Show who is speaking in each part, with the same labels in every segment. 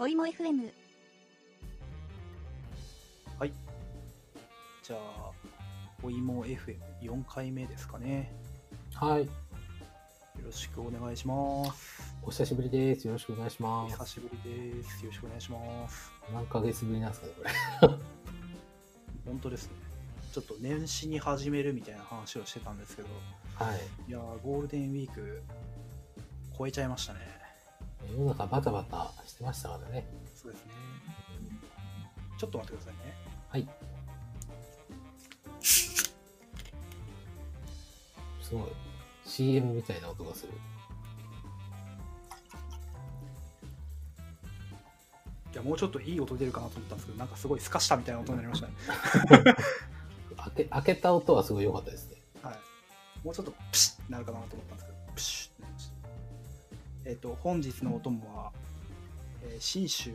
Speaker 1: おいも FM。
Speaker 2: はい。じゃあおいも FM4 回目ですかね。
Speaker 3: はい。
Speaker 2: よろしくお願いします。
Speaker 3: お久しぶりです。よろしくお願いします。
Speaker 2: 久しぶりです。よろしくお願いします。
Speaker 3: 何ヶ月ぶりなんですかね、これ。
Speaker 2: 本当ですね。ちょっと年始に始めるみたいな話をしてたんですけど、
Speaker 3: はい。
Speaker 2: いやー、ゴールデンウィーク超えちゃいましたね。
Speaker 3: 世の中バタバタしてましたからね。
Speaker 2: そうですね。ちょっと待ってくださいね。
Speaker 3: はい。すごい。CM みたいな音がする。
Speaker 2: いや、もうちょっといい音出るかなと思ったんですけど、なんかすごいスカしたみたいな音になりましたね。
Speaker 3: 開けた音はすごい良かったですね。
Speaker 2: はい。もうちょっとプシッってなるかなと思ったんですけど、プシッってなりました。本日のお供は、信州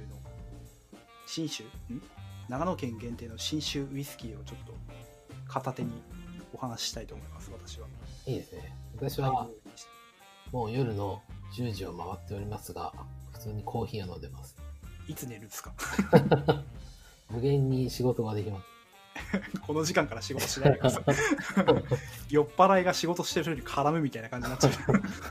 Speaker 2: 長野県限定の信州ウイスキーをちょっと片手にお話ししたいと思います。私は。
Speaker 3: いいですね。私はもう夜の10時を回っておりますが、普通にコーヒーを飲んでます。
Speaker 2: いつ寝るんですか？
Speaker 3: 無限に仕事ができます。
Speaker 2: この時間から仕事しないでください。酔っ払いが仕事してる人に絡むみたいな感じになっちゃう。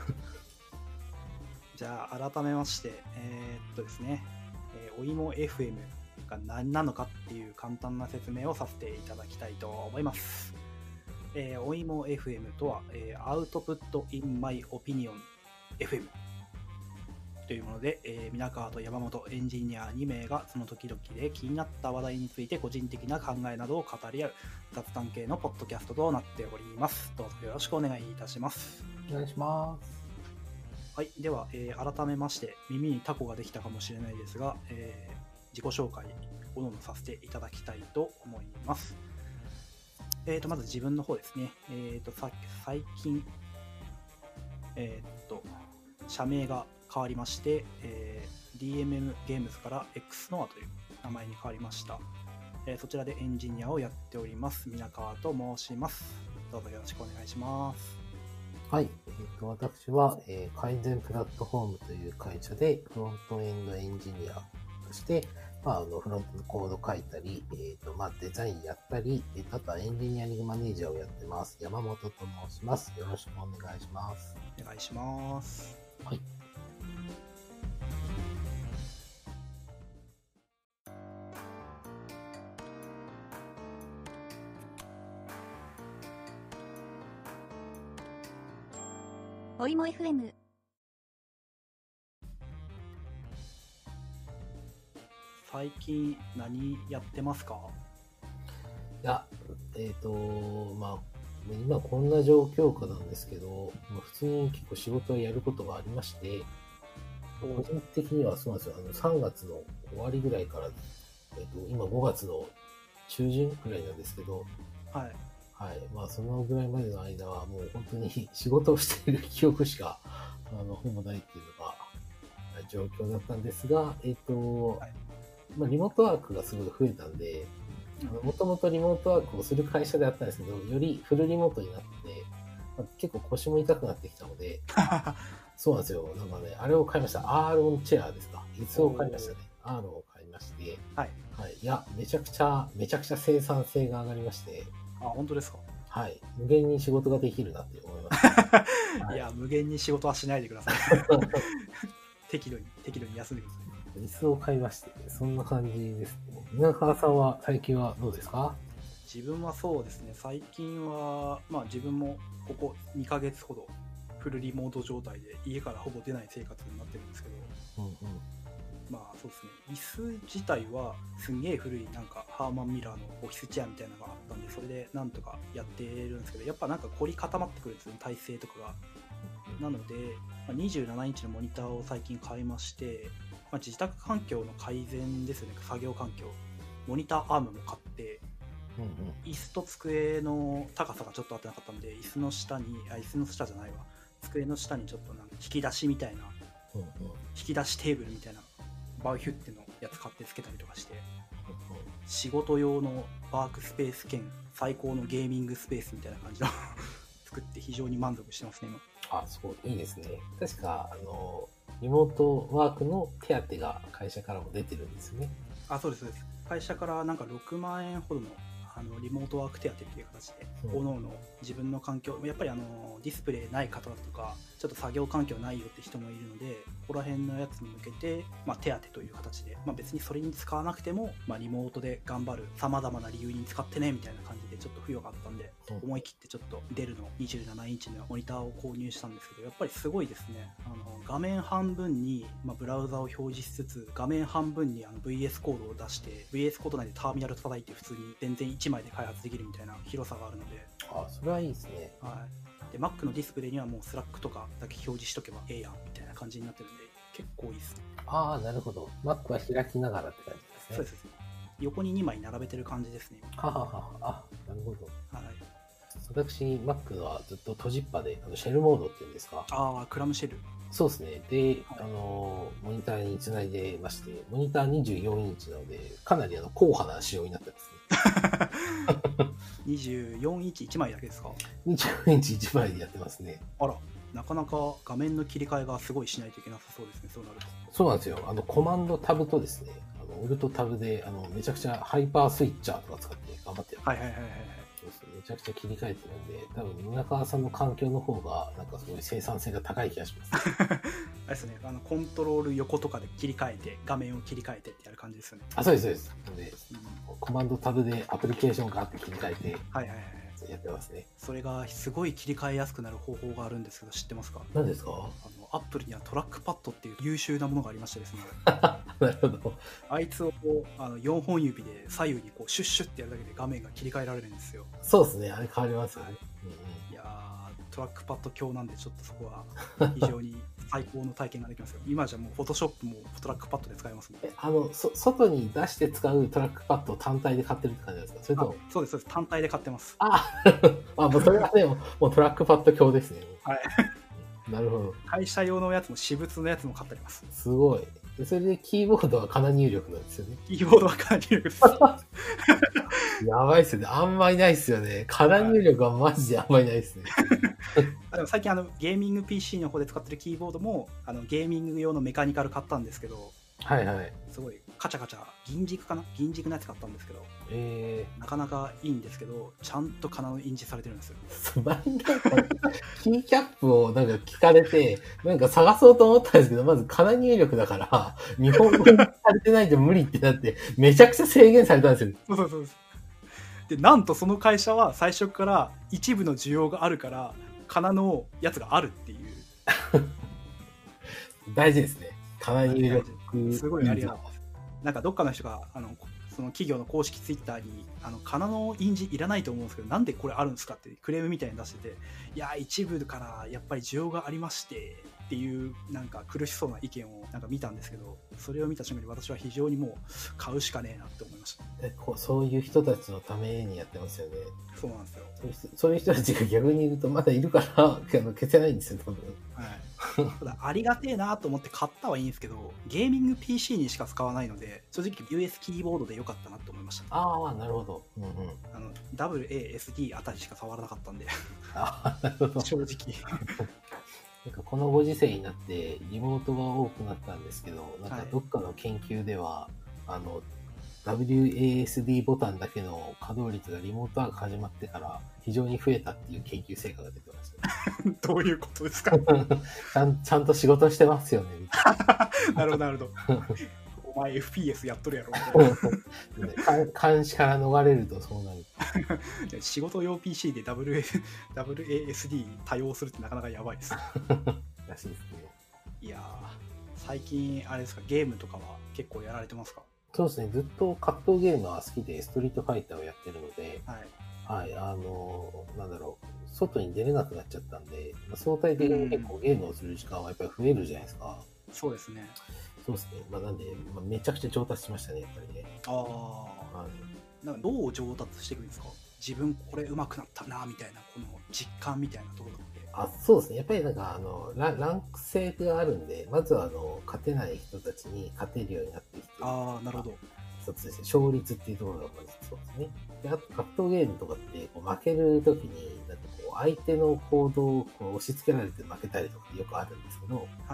Speaker 2: じゃあ改めましてですね、おいも FM が何なのかっていう簡単な説明をさせていただきたいと思います。おいも FM とは、Output in My Opinion FM というもので、皆川と山本エンジニア2名がその時々で気になった話題について個人的な考えなどを語り合う雑談系のポッドキャストとなっております。どうぞよろしくお願いいたします。
Speaker 3: お願いします。
Speaker 2: はい、では、改めまして耳にタコができたかもしれないですが、自己紹介をさせていただきたいと思います。まず自分の方ですね。最近、社名が変わりまして、DMM ゲームズから XNOA という名前に変わりました。そちらでエンジニアをやっております皆川と申します。どうぞよろしくお願いします。
Speaker 3: はい。私は、改善プラットフォームという会社でフロントエンドエンジニアとして、フロントのコード書いたり、デザインやったり、あとはエンジニアリングマネージャーをやってます。山本と申します。よろしくお願いします。
Speaker 2: お願いします。
Speaker 3: はい。
Speaker 1: おいも FM。
Speaker 2: 最近何やってますか？
Speaker 3: いや、今こんな状況下なんですけど、普通に結構仕事をやることがありまして、個人的にはそうなんですよ。3月の終わりぐらいから、今5月の中旬ぐらいなんですけど、
Speaker 2: はい。
Speaker 3: はい。そのぐらいまでの間はもう本当に仕事をしている記憶しか、ほぼないっていうのが状況だったんですが、リモートワークがすごい増えたんで、もともとリモートワークをする会社であったんですけど、よりフルリモートになって、結構腰も痛くなってきたので、そうなんですよ。なんかね、あれを買いました。アーロンチェアですか。椅子を買いましたね。アーロンを買いまして、
Speaker 2: はい。
Speaker 3: はい。いや、めちゃくちゃ生産性が上がりまして、
Speaker 2: あ、本当ですか？
Speaker 3: はい。無限に仕事ができるなって思います。
Speaker 2: いや、無限に仕事はしないでください。適度に休んでください。
Speaker 3: 椅子を買いまして、そんな感じですね。皆川さんは最近はどうですか？
Speaker 2: 自分はそうですね、最近は、自分もここ2ヶ月ほどフルリモート状態で家からほぼ出ない生活になってるんですけど、そうですね、椅子自体はすんげえ古いなんかハーマンミラーのオフィスチェアみたいなのがあったんで、それでなんとかやってるんですけど、やっぱなんか凝り固まってくるんですよね、体勢とかが。なので、27インチのモニターを最近買いまして、自宅環境の改善ですよね、作業環境。モニターアームも買って、椅子と机の高さがちょっと合ってなかったんで、椅子の下じゃないわ、机の下にちょっとなんか引き出しみたいな、引き出しテーブルみたいなバウヒュッテのやつ買ってつけたりとかして、仕事用のワークスペース兼最高のゲーミングスペースみたいな感じの作って非常に満足してますね今。
Speaker 3: あ、そう、いいですね。確かリモートワークの手当が会社からも出てるんですね。
Speaker 2: そうですそうです。会社からなんか6万円ほどのリモートワーク手当っていう形で、各々自分の環境、やっぱりディスプレイない方だとか、ちょっと作業環境ないよって人もいるので、ここら辺のやつに向けて、手当という形で、別にそれに使わなくても、リモートで頑張る、様々な理由に使ってねみたいな感じでちょっと付与があったんで、思い切ってちょっとデルの27インチのモニターを購入したんですけど、やっぱりすごいですね。画面半分に、ブラウザを表示しつつ、画面半分にVS コードを出して、VS コード内でターミナル叩いて普通に全然1枚で開発できるみたいな広さがあるので、
Speaker 3: それはいいですね。
Speaker 2: はい。で Mac のディスプレイにはもうスラックとかだけ表示しとけばええやんみたいな感じになってるんで、結構いいですね。
Speaker 3: なるほど。Mac は開きながらって感じですね。
Speaker 2: そうです。横に2枚並べてる感じですね。
Speaker 3: なるほど。はい。私 Mac はずっと閉じっぱでシェルモードっていうんですか。
Speaker 2: クラムシェル。そうです
Speaker 3: ね。で、モニターにつないでまして、モニター24インチなので、かなり硬派な仕様になってます
Speaker 2: ね。24インチ1枚だけですか？
Speaker 3: 24 インチ1枚でやってますね。
Speaker 2: なかなか画面の切り替えがすごいしないといけなさそうですね、そうなると。
Speaker 3: そうなんですよ。コマンドタブとですね、オルトタブで、めちゃくちゃハイパースイッチャーとか使って頑張ってやってます。めちゃくちゃ切り替えてるんで、多分皆川さんの環境の方がなんかすごい生産性が高い気がします。
Speaker 2: あれですね、コントロール横とかで切り替えて画面を切り替えてってやる感じですよね。
Speaker 3: そうですそうです。なので、コマンドタブでアプリケーションガーって切り替えてやってますね。
Speaker 2: それがすごい切り替えやすくなる方法があるんですけど、知ってますか？
Speaker 3: 何ですか？
Speaker 2: アップルにはトラックパッドっていう優秀なものがありましてですね。
Speaker 3: なるほど。
Speaker 2: あいつを4本指で左右にシュッシュッってやるだけで画面が切り替えられるんですよ。
Speaker 3: そうですね、あれ変わりますよね。
Speaker 2: いやー、トラックパッド強なんでちょっとそこは非常に最高の体験ができますよ。今じゃもうフォトショップもトラックパッドで使えますもん。
Speaker 3: 外に出して使うトラックパッドを単体で買ってるって感じですか？それと
Speaker 2: そうです単体で買ってます。
Speaker 3: もうそれはね、もうトラックパッド強ですね。
Speaker 2: はい。
Speaker 3: なるほど。
Speaker 2: 会社用のやつも私物のやつも買ってあります。
Speaker 3: すごい。それでキーボードはかな入力なんですよね。
Speaker 2: キーボードはかな入力です。
Speaker 3: やばいっすよね。あんまいないっすよね。かな入力はマジであんまいないっすね。
Speaker 2: でも最近ゲーミング PC の方で使ってるキーボードもゲーミング用のメカニカル買ったんですけど、すごいカチャカチャ銀軸のやつ買ったんですけど、なかなかいいんですけど、ちゃんとカナの印字されてるんですよ。
Speaker 3: キーキャップをなんか聞かれて、なんか探そうと思ったんですけど、まずカナ入力だから、日本語にされてないと無理ってなって、めちゃくちゃ制限されたんですよ。
Speaker 2: そうで、なんとその会社は最初から一部の需要があるから、カナのやつがあるっていう。
Speaker 3: 大事ですね。カナ入力。
Speaker 2: すごいありがとう。なんかどっかの人がその企業の公式ツイッターにカナの印字いらないと思うんですけど、なんでこれあるんですかってクレームみたいに出してて、いや一部からやっぱり需要がありましてっていうなんか苦しそうな意見をなんか見たんですけど、それを見た瞬間に私は非常にもう買うしかねえなって思いました。
Speaker 3: そういう人たちのためにやってますよね。
Speaker 2: そうなんですよ。
Speaker 3: そういう人たちが逆にいるとまだいるから消せないんですよ、多分。
Speaker 2: ただありがてえなと思って買ったはいいんですけど、ゲーミング PC にしか使わないので、正直 US キーボードで良かったなと思いました。
Speaker 3: なるほど。
Speaker 2: WASD あたりしか触らなかったんで
Speaker 3: なるほど。
Speaker 2: 正直
Speaker 3: なんかこのご時世になってリモートが多くなったんですけど、なんかどっかの研究では、WASD ボタンだけの稼働率がリモートワーク始まってから非常に増えたっていう研究成果が出てました。
Speaker 2: どういうことですか？
Speaker 3: ちゃんと仕事してますよね。
Speaker 2: なるほどなるほど。お前 FPS やっとるやろ。
Speaker 3: 監視から逃れるとそうなる。
Speaker 2: 仕事用 PC で WASD 対応するってなかなかやばいです。
Speaker 3: らしいですね。い
Speaker 2: や最近あれですか、ゲームとかは結構やられてますか？
Speaker 3: そうですね、ずっと格闘ゲームは好きでストリートファイターをやってるので、なんだろう、外に出れなくなっちゃったんで、相対的に結構ゲームをする時間はやっぱり増えるじゃないですか。
Speaker 2: そうですね。
Speaker 3: そうですね。なんで、めちゃくちゃ上達しましたね、やっぱりね。
Speaker 2: なんかどう上達していくんですか？自分これ上手くなったなみたいな、この実感みたいなところって。
Speaker 3: そうですね。やっぱりなんかランク制があるんで、まずは勝てない人たちに勝てるようになってきて。
Speaker 2: なるほど。
Speaker 3: 一つですね。勝率っていうところがまずそうですね。で、あと格闘ゲームとかって負けるときになんか相手の行動を押し付けられて負けたりとかよくあるんですけど、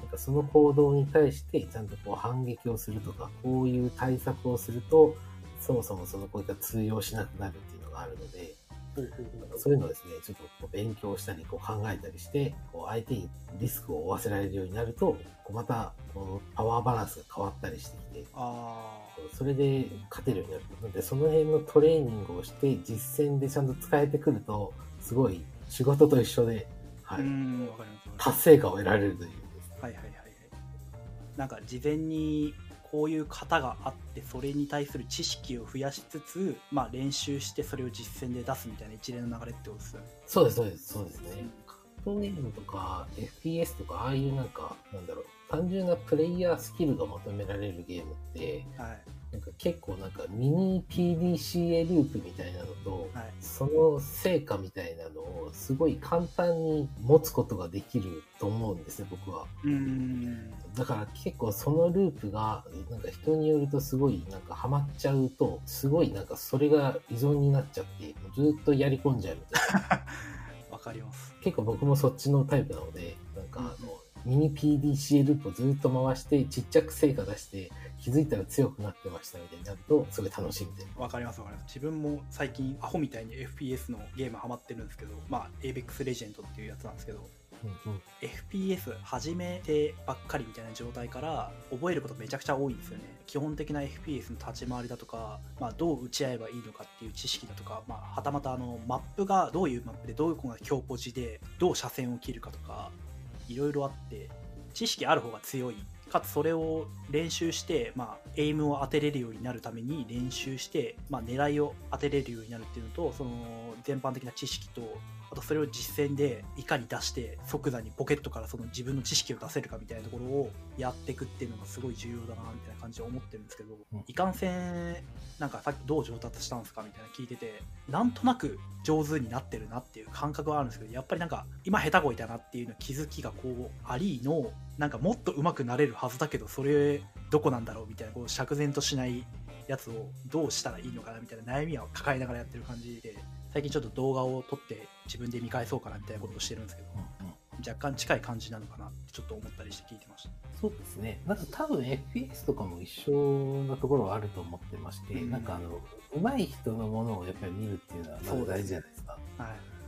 Speaker 3: なんかその行動に対してちゃんとこう反撃をするとか、こういう対策をすると、そもそもその攻撃が通用しなくなるっていうのがあるので、そういうのをですね、ちょっとこう勉強したりこう考えたりして、こう相手にリスクを負わせられるようになると、こうまたこうパワーバランスが変わったりしてきて、それで勝てるようになるので、その辺のトレーニングをして実践でちゃんと使えてくると、すごい仕事と一緒で、はい、
Speaker 2: わかります。
Speaker 3: 達成感を得られるという。
Speaker 2: はいはいはいはい。なんか事前にこういう型があって、それに対する知識を増やしつつ、まあ練習してそれを実践で出すみたいな一連の流れってことですよね。
Speaker 3: そうですそうですそうですね。格闘ゲームとか FPS とかああいうなんかなんだろう、単純なプレイヤースキルが求められるゲームって、はい、なんか結構なんかミニ PDCA ループみたいなのと、はい、その成果みたいなのをすごい簡単に持つことができると思うんですね、僕は。だから結構そのループがなんか人によるとすごいなんかハマっちゃうと、すごいなんかそれが依存になっちゃってずっとやり込んじゃうみたいな。
Speaker 2: わかります。
Speaker 3: 結構僕もそっちのタイプなので、なんかミニ PDCA ループをずっと回してちっちゃく成果出して気づいたら強くなってましたみたいになるとすごい楽しいみたいな。
Speaker 2: わかりますわかります。自分も最近アホみたいに FPS のゲームハマってるんですけど、まあ Apex Legends っていうやつなんですけど、FPS 始めてばっかりみたいな状態から覚えることめちゃくちゃ多いんですよね。基本的な FPS の立ち回りだとか、まあ、どう打ち合えばいいのかっていう知識だとか、まあ、はたまたマップがどういうマップでどういう子が強ポジでどう車線を切るかとかいろいろあって、知識ある方が強いかつそれを練習して、まあ、エイムを当てれるようになるために練習して、まあ、狙いを当てれるようになるっていうのと、その全般的な知識と、あとそれを実践でいかに出して即座にポケットからその自分の知識を出せるかみたいなところをやっていくっていうのがすごい重要だなみたいな感じで思ってるんですけど、いかんせんなんかさっきどう上達したんですかみたいな聞いてて、なんとなく上手になってるなっていう感覚はあるんですけど、やっぱりなんか今下手こいたなっていうの気づきがこうありの、なんかもっと上手くなれるはずだけどそれどこなんだろうみたいな、こう釈然としないやつをどうしたらいいのかなみたいな悩みを抱えながらやってる感じで、最近ちょっと動画を撮って自分で見返そうかなみたいなことをしてるんですけど、若干近い感じなのかなってちょっと思ったりして聞いてました。
Speaker 3: そうですね。なんか多分 FPS とかも一緒なところはあると思ってまして、なんか上手い人のものをやっぱり見るっていうのはまず大事じゃないですか。
Speaker 2: はい、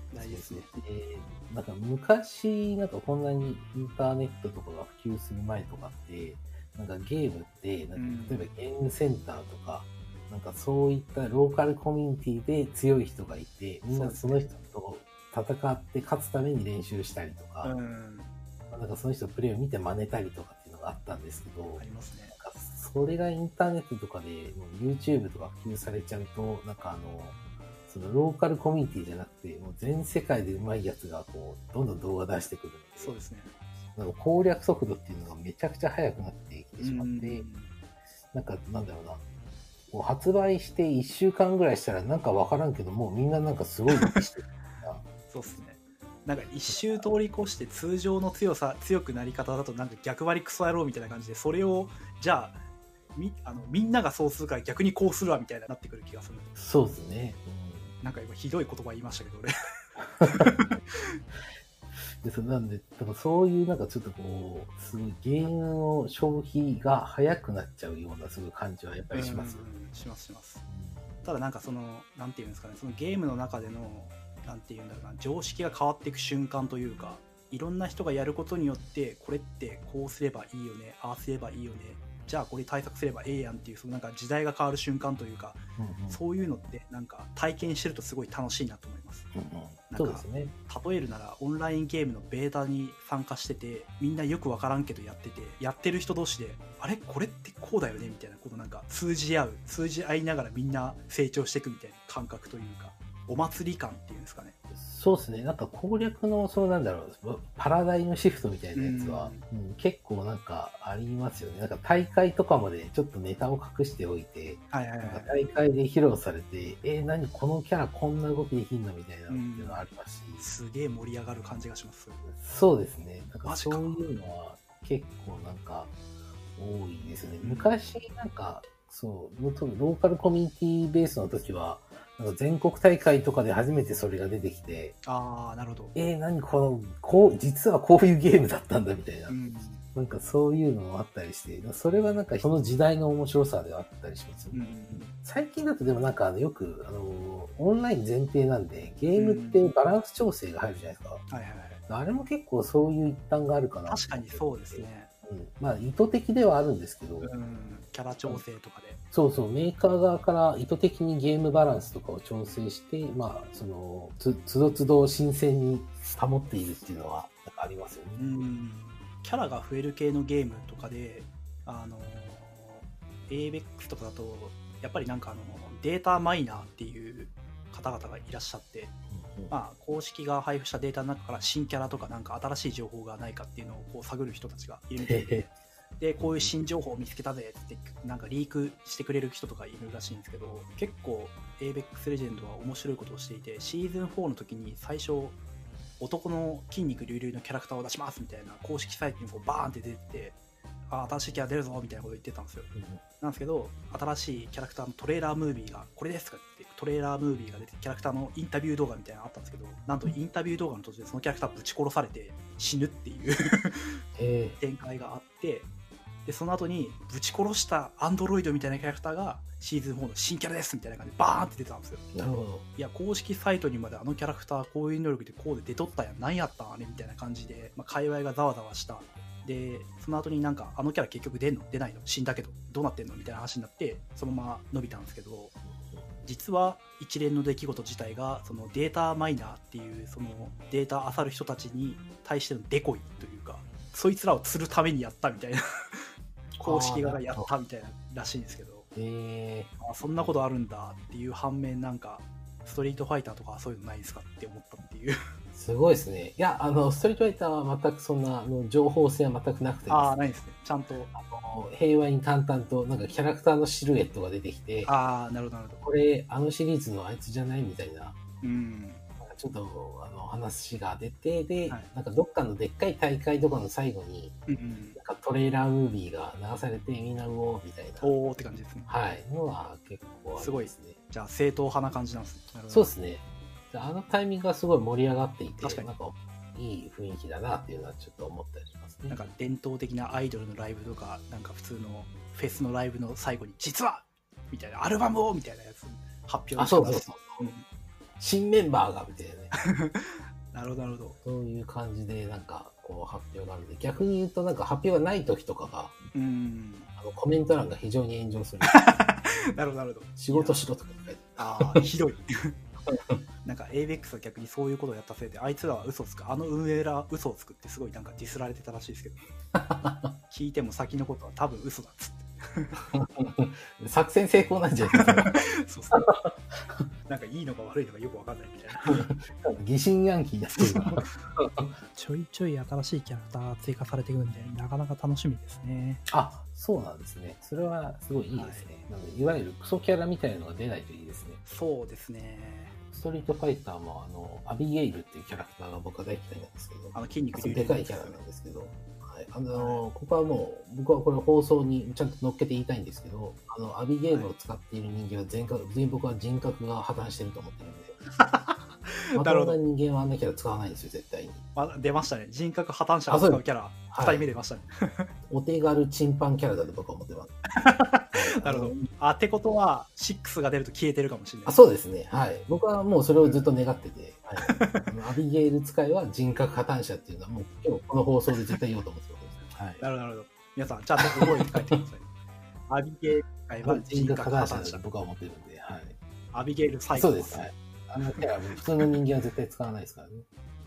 Speaker 2: 大事ですね。
Speaker 3: なんか昔なんかこんなにインターネットとかが普及する前とかって、なんかゲームってなんか例えばゲームセンターとか、なんかそういったローカルコミュニティで強い人がいて、みんなその人と戦って勝つために練習したりとか、なんかその人のプレーを見て真似たりとかっていうのがあったんですけど、
Speaker 2: ありますね。
Speaker 3: なんかそれがインターネットとかで YouTube とか普及されちゃうと、なんかそのローカルコミュニティじゃなくて、もう全世界で上手いやつがこうどんどん動画出してくるので、
Speaker 2: そうですね。
Speaker 3: なんか攻略速度っていうのがめちゃくちゃ速くなってきてしまって、なんかなんだろうな。もう発売して1週間ぐらいしたらなんかわからんけど、もうみんななんかすごいしてる
Speaker 2: そうっすね。なんか一周通り越して通常の強くなり方だとなんか逆張りクソ野郎みたいな感じで、それをじゃあみんながそうするから逆にこうするわみたいななってくる気がする。
Speaker 3: そうですね。
Speaker 2: なんか今ひどい言葉言いましたけど俺。
Speaker 3: なんで、だからそういうなんかちょっとこう、すごいゲームの消費が早くなっちゃうようなすごい感じはやっぱりします。
Speaker 2: します。ただなんかその、なんていうんですかね、そのゲームの中での、なんていうんだろうな、常識が変わっていく瞬間というか、いろんな人がやることによって、これってこうすればいいよね、ああすればいいよね、じゃあこれ対策すればええやんっていう、そのなんか時代が変わる瞬間というか、そういうのってなんか体験してるとすごい楽しいなと思います。
Speaker 3: そうですね。
Speaker 2: 例えるならオンラインゲームのベータに参加してて、みんなよくわからんけどやってて、やってる人同士であれこれってこうだよねみたいなこと、なんか通じ合いながらみんな成長していくみたいな感覚というか、お祭り感っていうんですかね。
Speaker 3: そうですね。なんか攻略のそうなんだろう、パラダイムシフトみたいなやつは、結構なんかありますよね。なんか大会とかまでちょっとネタを隠しておいて、なんか大会で披露されて、何このキャラこんな動きできんのみたいなのっていうのはありますし、
Speaker 2: すげえ盛り上がる感じがします。
Speaker 3: そうですね。なんかそういうのは結構なんか多いですね。昔なんかそうローカルコミュニティベースの時は。なんか全国大会とかで初めてそれが出てきて、
Speaker 2: なるほど。
Speaker 3: 何実はこういうゲームだったんだみたいな。 なんかそういうのもあったりして、それはなんかその時代の面白さではあったりしますよね。最近だとでもなんかよく、オンライン前提なんで、ゲームってバランス調整が入るじゃないですか。はいはいはい。あれも結構そういう一端があるかな。
Speaker 2: 確かにそうですね。
Speaker 3: まあ意図的ではあるんですけど、
Speaker 2: キャラ調整とかで。
Speaker 3: そうそう、メーカー側から意図的にゲームバランスとかを調整して、まあ、その、つどつど新鮮に保っているっていうのはなんかありますよね。
Speaker 2: キャラが増える系のゲームとかで、ABEX とかだと、やっぱりなんかデータマイナーっていう方々がいらっしゃって、まあ、公式が配布したデータの中から新キャラとかなんか新しい情報がないかっていうのをこう探る人たちがいるみたいで、でこういう新情報を見つけたぜってなんかリークしてくれる人とかいるらしいんですけど、結構 ABEX レジェンドは面白いことをしていて、シーズン4の時に最初男の筋肉隆々のキャラクターを出しますみたいな公式サイトにこうバーンって出てて、新しいキャラ出るぞみたいなことを言ってたんですよ。なんですけど、新しいキャラクターのトレーラームービーがこれですかってトレーラームービーが出てキャラクターのインタビュー動画みたいなのあったんですけど、なんとインタビュー動画の途中でそのキャラクターぶち殺されて死ぬっていう展開があって、でその後にぶち殺したアンドロイドみたいなキャラクターがシーズン4の新キャラですみたいな感じでバーンって出てたんですよ。
Speaker 3: なるほど。
Speaker 2: いや公式サイトにまであのキャラクターこういう能力でこうで出とったやん、何やったんあれみたいな感じで、まあ、界隈がざわざわした。でその後になんかあのキャラ結局出んの出ないの死んだけどどうなってんのみたいな話になって、そのまま伸びたんですけど、実は一連の出来事自体がそのデータマイナーっていうそのデータ漁る人たちに対してのデコイというか、そいつらを釣るためにやったみたいな公式側がやったみたいならしいんですけど、そんなことあるんだっていう反面、なんかストリートファイターとかそういうのないですかって思ったっていう
Speaker 3: すごいですね。いや、ストリートファイターは全くそんな情報性は全くなくてですね。
Speaker 2: ないですね。ちゃんと
Speaker 3: 平和に淡々となんかキャラクターのシルエットが出てきて、
Speaker 2: なるほどなるほど。
Speaker 3: これシリーズのあいつじゃないみたいな、ちょっと話が出て、で、なんかどっかのでっかい大会とかの最後に、なんかトレーラームービーが流されてみんなうおーみたいな。
Speaker 2: おーって感じですね。
Speaker 3: はい。のは結構ありますね。
Speaker 2: すごいですね。じゃあ正統派な感じなんですね。
Speaker 3: そうですね。あのタイミングがすごい盛り上がっていて、
Speaker 2: 確かに
Speaker 3: なんかいい雰囲気だなっていうのはちょっと思ったりしますね。
Speaker 2: なんか伝統的なアイドルのライブとか、なんか普通のフェスのライブの最後に実はみたいなアルバムをみたいなやつ発表
Speaker 3: そうそうそう、新メンバーがみたいなね。
Speaker 2: なるほどなるほど。
Speaker 3: そういう感じでなんかこう発表があるんで、逆に言うとなんか発表がない時とかが、コメント欄が非常に炎上する。
Speaker 2: なるほどなるほど。
Speaker 3: 仕事しろとか書いて
Speaker 2: ひどい。なんか ABEX は逆にそういうことをやったせいで、あいつらは嘘をつく、運営ら嘘をつくってすごいなんかディスられてたらしいですけど聞いても先のことは多分嘘だっつって
Speaker 3: 作戦成功なんじゃないですか。
Speaker 2: そうそうなんかいいのか悪いのかよく分かんないみたいな
Speaker 3: 疑心暗鬼ですけど
Speaker 2: ちょいちょい新しいキャラクターが追加されていくんで、なかなか楽しみですね。
Speaker 3: そうなんですね。それはすごいいいですね。なのでいわゆるクソキャラみたいなのが出ないといいですね。
Speaker 2: そうですね。
Speaker 3: ストリートファイターもアビゲイルっていうキャラクターが僕は大嫌いなんですけど、
Speaker 2: 筋肉
Speaker 3: でかいキャラなんですけど、ここはもう僕はこれ放送にちゃんと乗っけて言いたいんですけど、アビゲイルを使っている人間は全員僕は人格が破綻してると思ってるんでまともな人間はあんなキャラ使わないんですよ絶対に。
Speaker 2: 出ましたね。人格破綻者を使うキャラ2人目出ましたね。
Speaker 3: お手軽チンパンキャラだと僕は思ってます。
Speaker 2: なるほど。ってことは6が出ると消えてるかもしれない。
Speaker 3: そうですね。はい。僕はもうそれをずっと願ってて、アビゲイル使いは人格破綻者っていうのはもう今日この放送で絶対言おうと思ってます。はい。
Speaker 2: なるほど。皆さんちゃんと覚えて帰ってください。アビゲイル使いは人格破綻者だと
Speaker 3: 僕は思ってるんで、はい。
Speaker 2: アビゲイル最高。
Speaker 3: そうです。はい。あのキャラ普通の人間は絶対使わないですからね。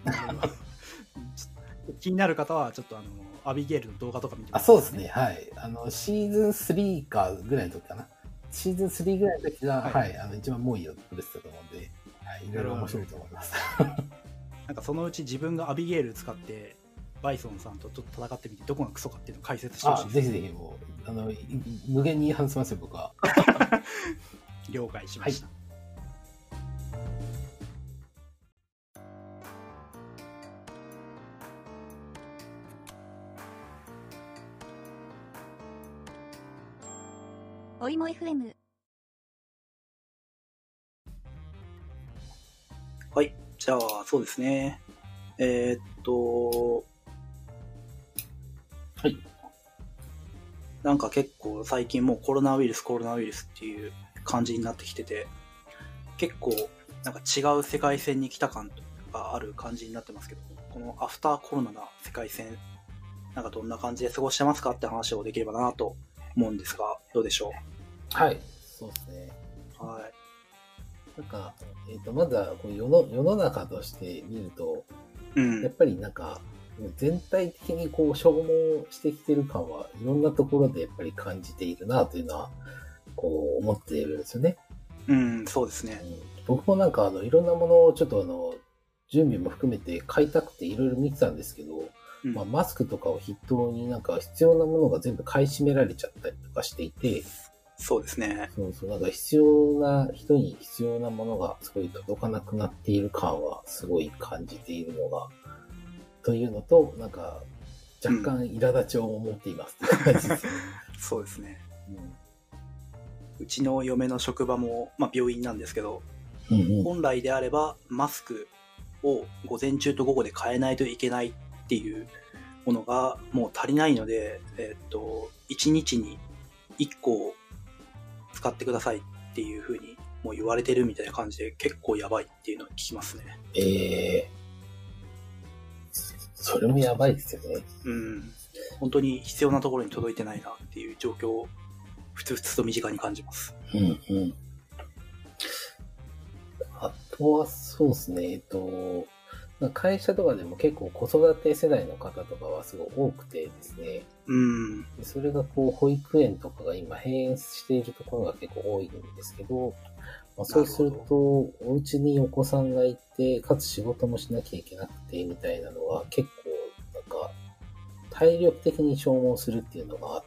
Speaker 2: 気になる方はちょっとアビゲイルの動画とか見てください。
Speaker 3: そうですね。はい。シーズン3かぐらいの時かな。シーズン3ぐらいの時が、一番猛威を振るってたと思うんで、いろいろ面白いと思います。
Speaker 2: なんかそのうち自分がアビゲイル使ってバイソンさんとちょっと戦ってみてどこがクソかっていうのを解説してほしいです。
Speaker 3: ぜひぜひもう無限に話せますよ僕は。
Speaker 2: 了解しました。
Speaker 1: おいも FM。
Speaker 2: はい、じゃあそうですね。
Speaker 3: はい。
Speaker 2: なんか結構最近もうコロナウイルスっていう感じになってきてて、結構なんか違う世界線に来た感がある感じになってますけど、このアフターコロナな世界線、なんかどんな感じで過ごしてますかって話をできればなと思うんですが、どうでしょ
Speaker 3: う。はい、そうですね。
Speaker 2: はい。
Speaker 3: なんか、まずはこう世の中として見ると、やっぱりなんか、全体的にこう消耗してきてる感はいろんなところでやっぱり感じているなというのは、こう思っているんですよね。
Speaker 2: そうですね。
Speaker 3: 僕もなんかいろんなものをちょっと準備も含めて買いたくていろいろ見てたんですけど、マスクとかを筆頭になんか必要なものが全部買い占められちゃったりとかしていて、
Speaker 2: そうですね。
Speaker 3: なんか必要な人に必要なものがすごい届かなくなっている感はすごい感じているのが、というのと、なんか若干苛立ちを持っていますって感じですね。
Speaker 2: そうですね。うちの嫁の職場も、病院なんですけど、本来であればマスクを午前中と午後で変えないといけないっていうものがもう足りないので、1日に1個使ってくださいっていう風にもう言われてるみたいな感じで結構やばいっていうのを聞きますね。
Speaker 3: それもやばいですよね。
Speaker 2: 本当に必要なところに届いてないなっていう状況をふつふつと身近に感じます。
Speaker 3: あとはそうですね、会社とかでも結構子育て世代の方とかはすごい多くてですね。それがこう保育園とかが今閉園しているところが結構多いんですけど、そうするとお家にお子さんがいて、かつ仕事もしなきゃいけなくてみたいなのは結構なんか体力的に消耗するっていうのがあって、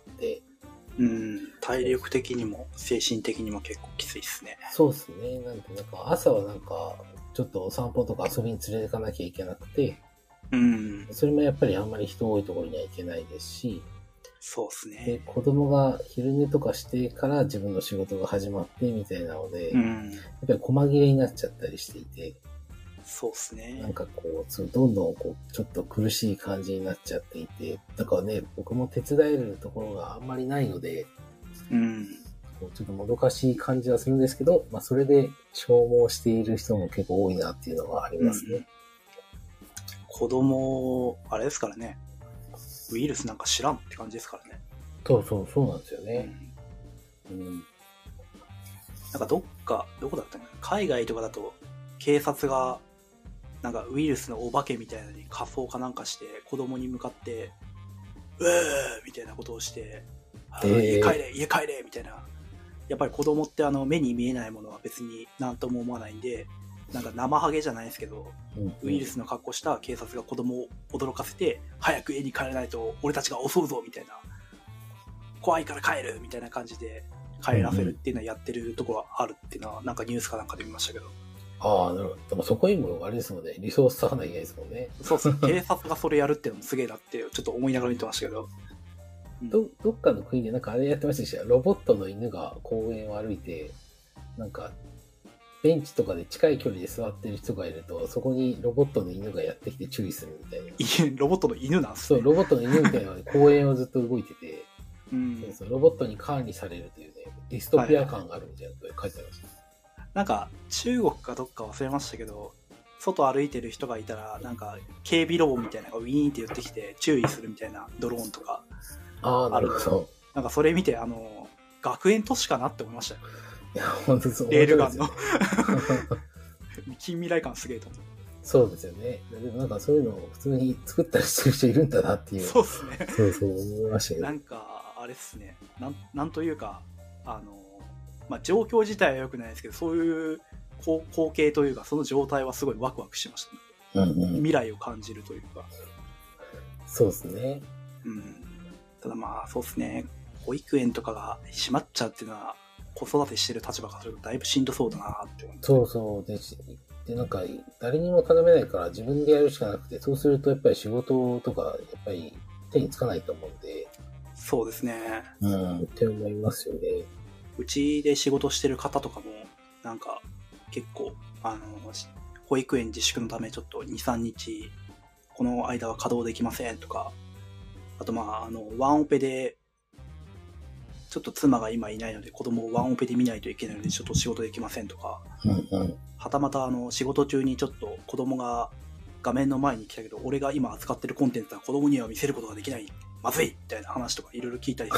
Speaker 2: 体力的にも精神的にも結構きついですね。
Speaker 3: そうですね。なんか朝はなんかちょっとお散歩とか遊びに連れてかなきゃいけなくて、それもやっぱりあんまり人多いところには行けないですし、
Speaker 2: そうですね。
Speaker 3: で、子供が昼寝とかしてから自分の仕事が始まってみたいなので、やっぱり細切れになっちゃったりしていて、
Speaker 2: そうですね。
Speaker 3: なんかこう、どんどんこう、ちょっと苦しい感じになっちゃっていて、だからね、僕も手伝えるところがあんまりないので、ちょっともどかしい感じはするんですけど、それで消耗している人も結構多いなっていうのがありますね。
Speaker 2: 子供、あれですからね。ウイルスなんか知らんって感じですからね。
Speaker 3: そうなんですよね。
Speaker 2: なんかどこだったかな、海外とかだと警察がなんかウイルスのお化けみたいなのに仮装かなんかして子供に向かってうーみたいなことをして、家帰れみたいな。やっぱり子供って目に見えないものは別に何とも思わないんで、なんか生ハゲじゃないですけど、ウイルスの格好した警察が子供を驚かせて、早く家に帰らないと俺たちが襲うぞみたいな、怖いから帰るみたいな感じで帰らせるっていうのはやってるところがあるっていうのはなんかニュースかなんかで見ましたけど。
Speaker 3: なるほど。でもそこにもあれですもんね、リソース割かないといけないですもんね。
Speaker 2: そうそう、警察がそれやるっていうのもすげえなってちょっと思いながら見てましたけど。
Speaker 3: どっかの国でなんかあれやってましたし、ロボットの犬が公園を歩いて、なんかベンチとかで近い距離で座ってる人がいると、そこにロボットの犬がやってきて注意するみたいな。
Speaker 2: ロボットの犬なんですね。
Speaker 3: そう、ロボットの犬みたいな公園をずっと動いてて、そうロボットに管理されるというね、ディストピア感があるみたいなこと書いてありました。
Speaker 2: なんか中国かどっか忘れましたけど、外歩いてる人がいたらなんか警備ロボみたいなのがウィーンって寄ってきて注意するみたいなドローンとか
Speaker 3: なるほど。
Speaker 2: なんかそれ見て学園都市かなって思いましたよ。
Speaker 3: いや本当そう。
Speaker 2: レールガンの近未来感すげえと思う。
Speaker 3: そうですよね。でもなんかそういうのを普通に作ったりしてる人いるんだなっていう。
Speaker 2: そうですね。
Speaker 3: そう思いましたけど。
Speaker 2: なんかあれですね。なんというか状況自体は良くないですけど、そういう光景というかその状態はすごいワクワクしましたね。未来を感じるというか。
Speaker 3: そうですね。
Speaker 2: ただそうですね。保育園とかが閉まっちゃうっていうのは子育てしてる立場からするとだいぶしんどそうだなって思う。
Speaker 3: そうでなんか誰にも頼めないから自分でやるしかなくて、そうするとやっぱり仕事とかやっぱり手につかないと思うんで。
Speaker 2: そうですね。
Speaker 3: って思いますよね。
Speaker 2: うちで仕事してる方とかもなんか結構保育園自粛のためちょっと 2,3 日この間は稼働できませんとか、あとワンオペでちょっと妻が今いないので子供をワンオペで見ないといけないのでちょっと仕事できませんとか、はたまた仕事中にちょっと子供が画面の前に来たけど俺が今扱ってるコンテンツは子供には見せることができない、まずいみたいな話とかいろいろ聞いたりす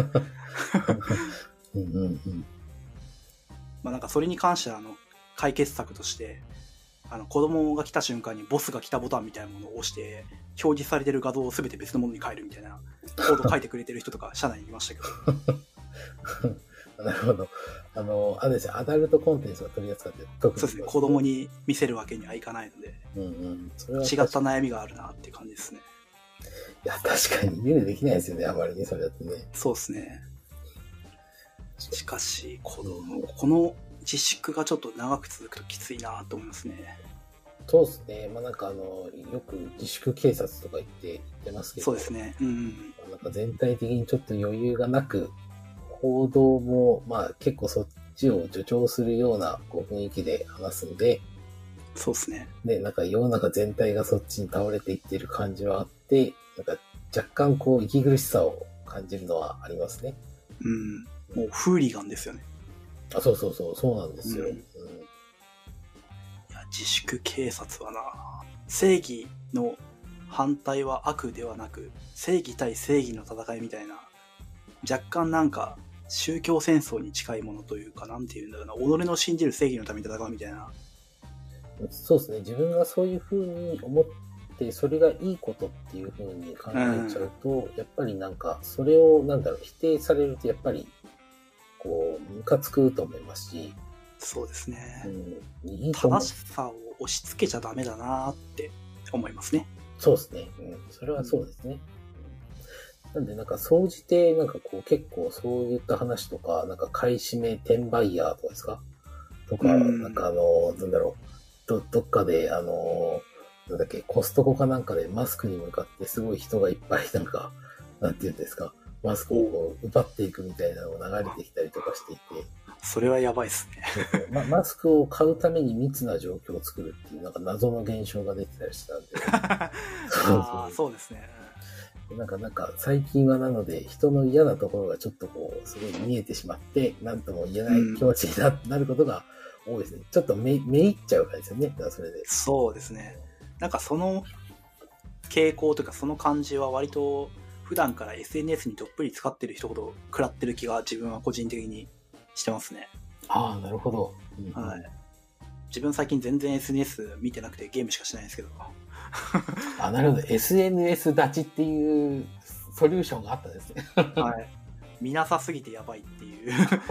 Speaker 2: るのでまあなんかそれに関しては解決策として子供が来た瞬間にボスが来たボタンみたいなものを押して表示されてる画像を全て別のものに変えるみたいなコード書いてくれてる人とか社内にいましたけ
Speaker 3: どなるほど。あれですよ、アダルトコンテンツが取り扱って
Speaker 2: そうですね、子供に見せるわけにはいかないので、それは違った悩みがあるなっていう感じですね。
Speaker 3: いや確かに家でできないですよね、あまりね、それだとね。
Speaker 2: そうですね。しかしこの自粛がちょっと長く続くときついなと思いますね。
Speaker 3: そうですね。まあなんかよく自粛警察とか言ってますけど。
Speaker 2: そうですね。
Speaker 3: なんか全体的にちょっと余裕がなく、報道もまあ結構そっちを助長するような雰囲気で話すんで。
Speaker 2: そうですね。
Speaker 3: で、なんか世の中全体がそっちに倒れていってる感じはあって、なんか若干息苦しさを感じるのはありますね。
Speaker 2: もうフーリガンですよね。
Speaker 3: そうなんですよ。い
Speaker 2: や自粛警察はな、正義の反対は悪ではなく正義対正義の戦いみたいな、若干なんか宗教戦争に近いものというか、なんていうんだろうな、己の信じる正義のために戦うみたいな。
Speaker 3: そうですね。自分がそういう風に思ってそれがいいことっていう風に考えちゃうと、やっぱりなんかそれを否定されるとやっぱりムカつくと思いますし。
Speaker 2: そうですね。
Speaker 3: いい
Speaker 2: 正しさを押し付けちゃダメだなって思いますね。
Speaker 3: そうですね。それはそうですね。なんで総じて結構そういった話とか、買い占め転売ヤーとかですかとか、なんだろう、どっかでなんだっけ、コストコかなんかでマスクに向かってすごい人がいっぱいなんていうんですか、マスクを奪っていくみたいなのが流れてきたりとかしていて。
Speaker 2: それはやばいっす
Speaker 3: ね。マスクを買うために密な状況を作るっていう謎の現象が出てたりしたんで。
Speaker 2: そうですね。
Speaker 3: 最近はなので人の嫌なところがちょっとすごい見えてしまって何とも言えない気持ちになることが多いですね。ちょっとめいっちゃうからですよね。だからそれで。
Speaker 2: そうですね。その傾向というかその感じは割と普段から SNS にどっぷり使ってる人ほど食らってる気が自分は個人的にしてますね。
Speaker 3: ああ、なるほど。
Speaker 2: はい。自分最近全然 SNS 見てなくてゲームしかしないんですけど。
Speaker 3: なるほど。SNS 立ちっていうソリューションがあったんですね。
Speaker 2: はい。見なさすぎてやばいっていう。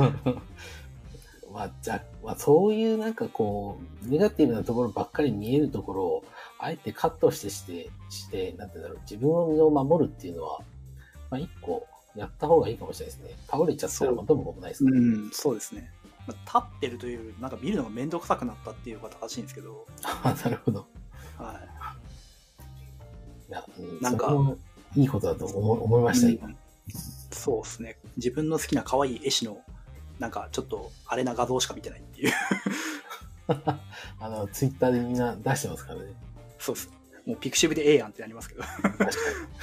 Speaker 3: そういうネガティブなところばっかり見えるところをあえてカットしてなんてだろう、自分の身を守るっていうのは一個やった方がいいかもしれないですね。倒れちゃったら元も子もないですからね。
Speaker 2: そうですね。立ってるというより見るのが面倒くさくなったっていうか正しいんですけど。
Speaker 3: なるほど。
Speaker 2: はい。
Speaker 3: いいことだと思いました、今。
Speaker 2: そうですね。自分の好きな可愛い絵師のちょっとあれな画像しか見てないっていう。
Speaker 3: ツイッターでみんな出してますからね。
Speaker 2: そうです。もうピクシブでええやんってなりますけど。確かに。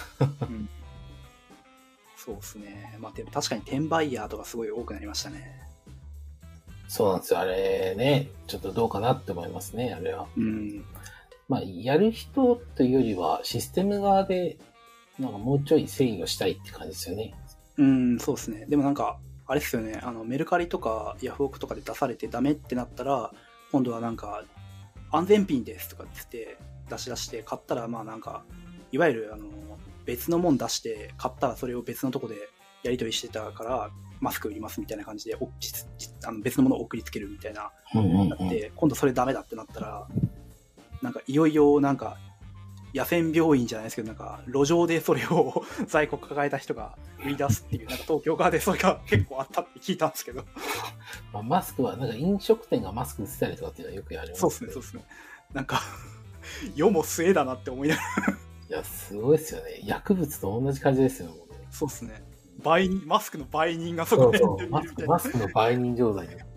Speaker 2: そうですね。でも確かに転売ヤーとかすごい多くなりましたね。
Speaker 3: そうなんですよ。あれね、ちょっとどうかなって思いますね、あれは。やる人というよりはシステム側でもうちょい制御したいって感じですよね。
Speaker 2: そうですね。でもあれですよね。メルカリとかヤフオクとかで出されてダメってなったら、今度は安全ピンですとかって出して買ったら、いわゆる別のもん出して買ったらそれを別のとこでやり取りしてたからマスク売りますみたいな感じで別のものを送りつけるみたいななって、今度それダメだってなったらいよいよ野戦病院じゃないですけど路上でそれを在庫抱えた人が売り出すっていう東京側でそれが結構あったって聞いたんですけど。
Speaker 3: マスクは飲食店がマスク売ってたりとかっていうのはよくやりますね。
Speaker 2: そうですね。世も末だなって思いながら。
Speaker 3: いやすごいですよね。薬物と同じ感じですよね。
Speaker 2: そうですね。マスクの売人がそこでいるみたいな。
Speaker 3: マスクの売人状態で。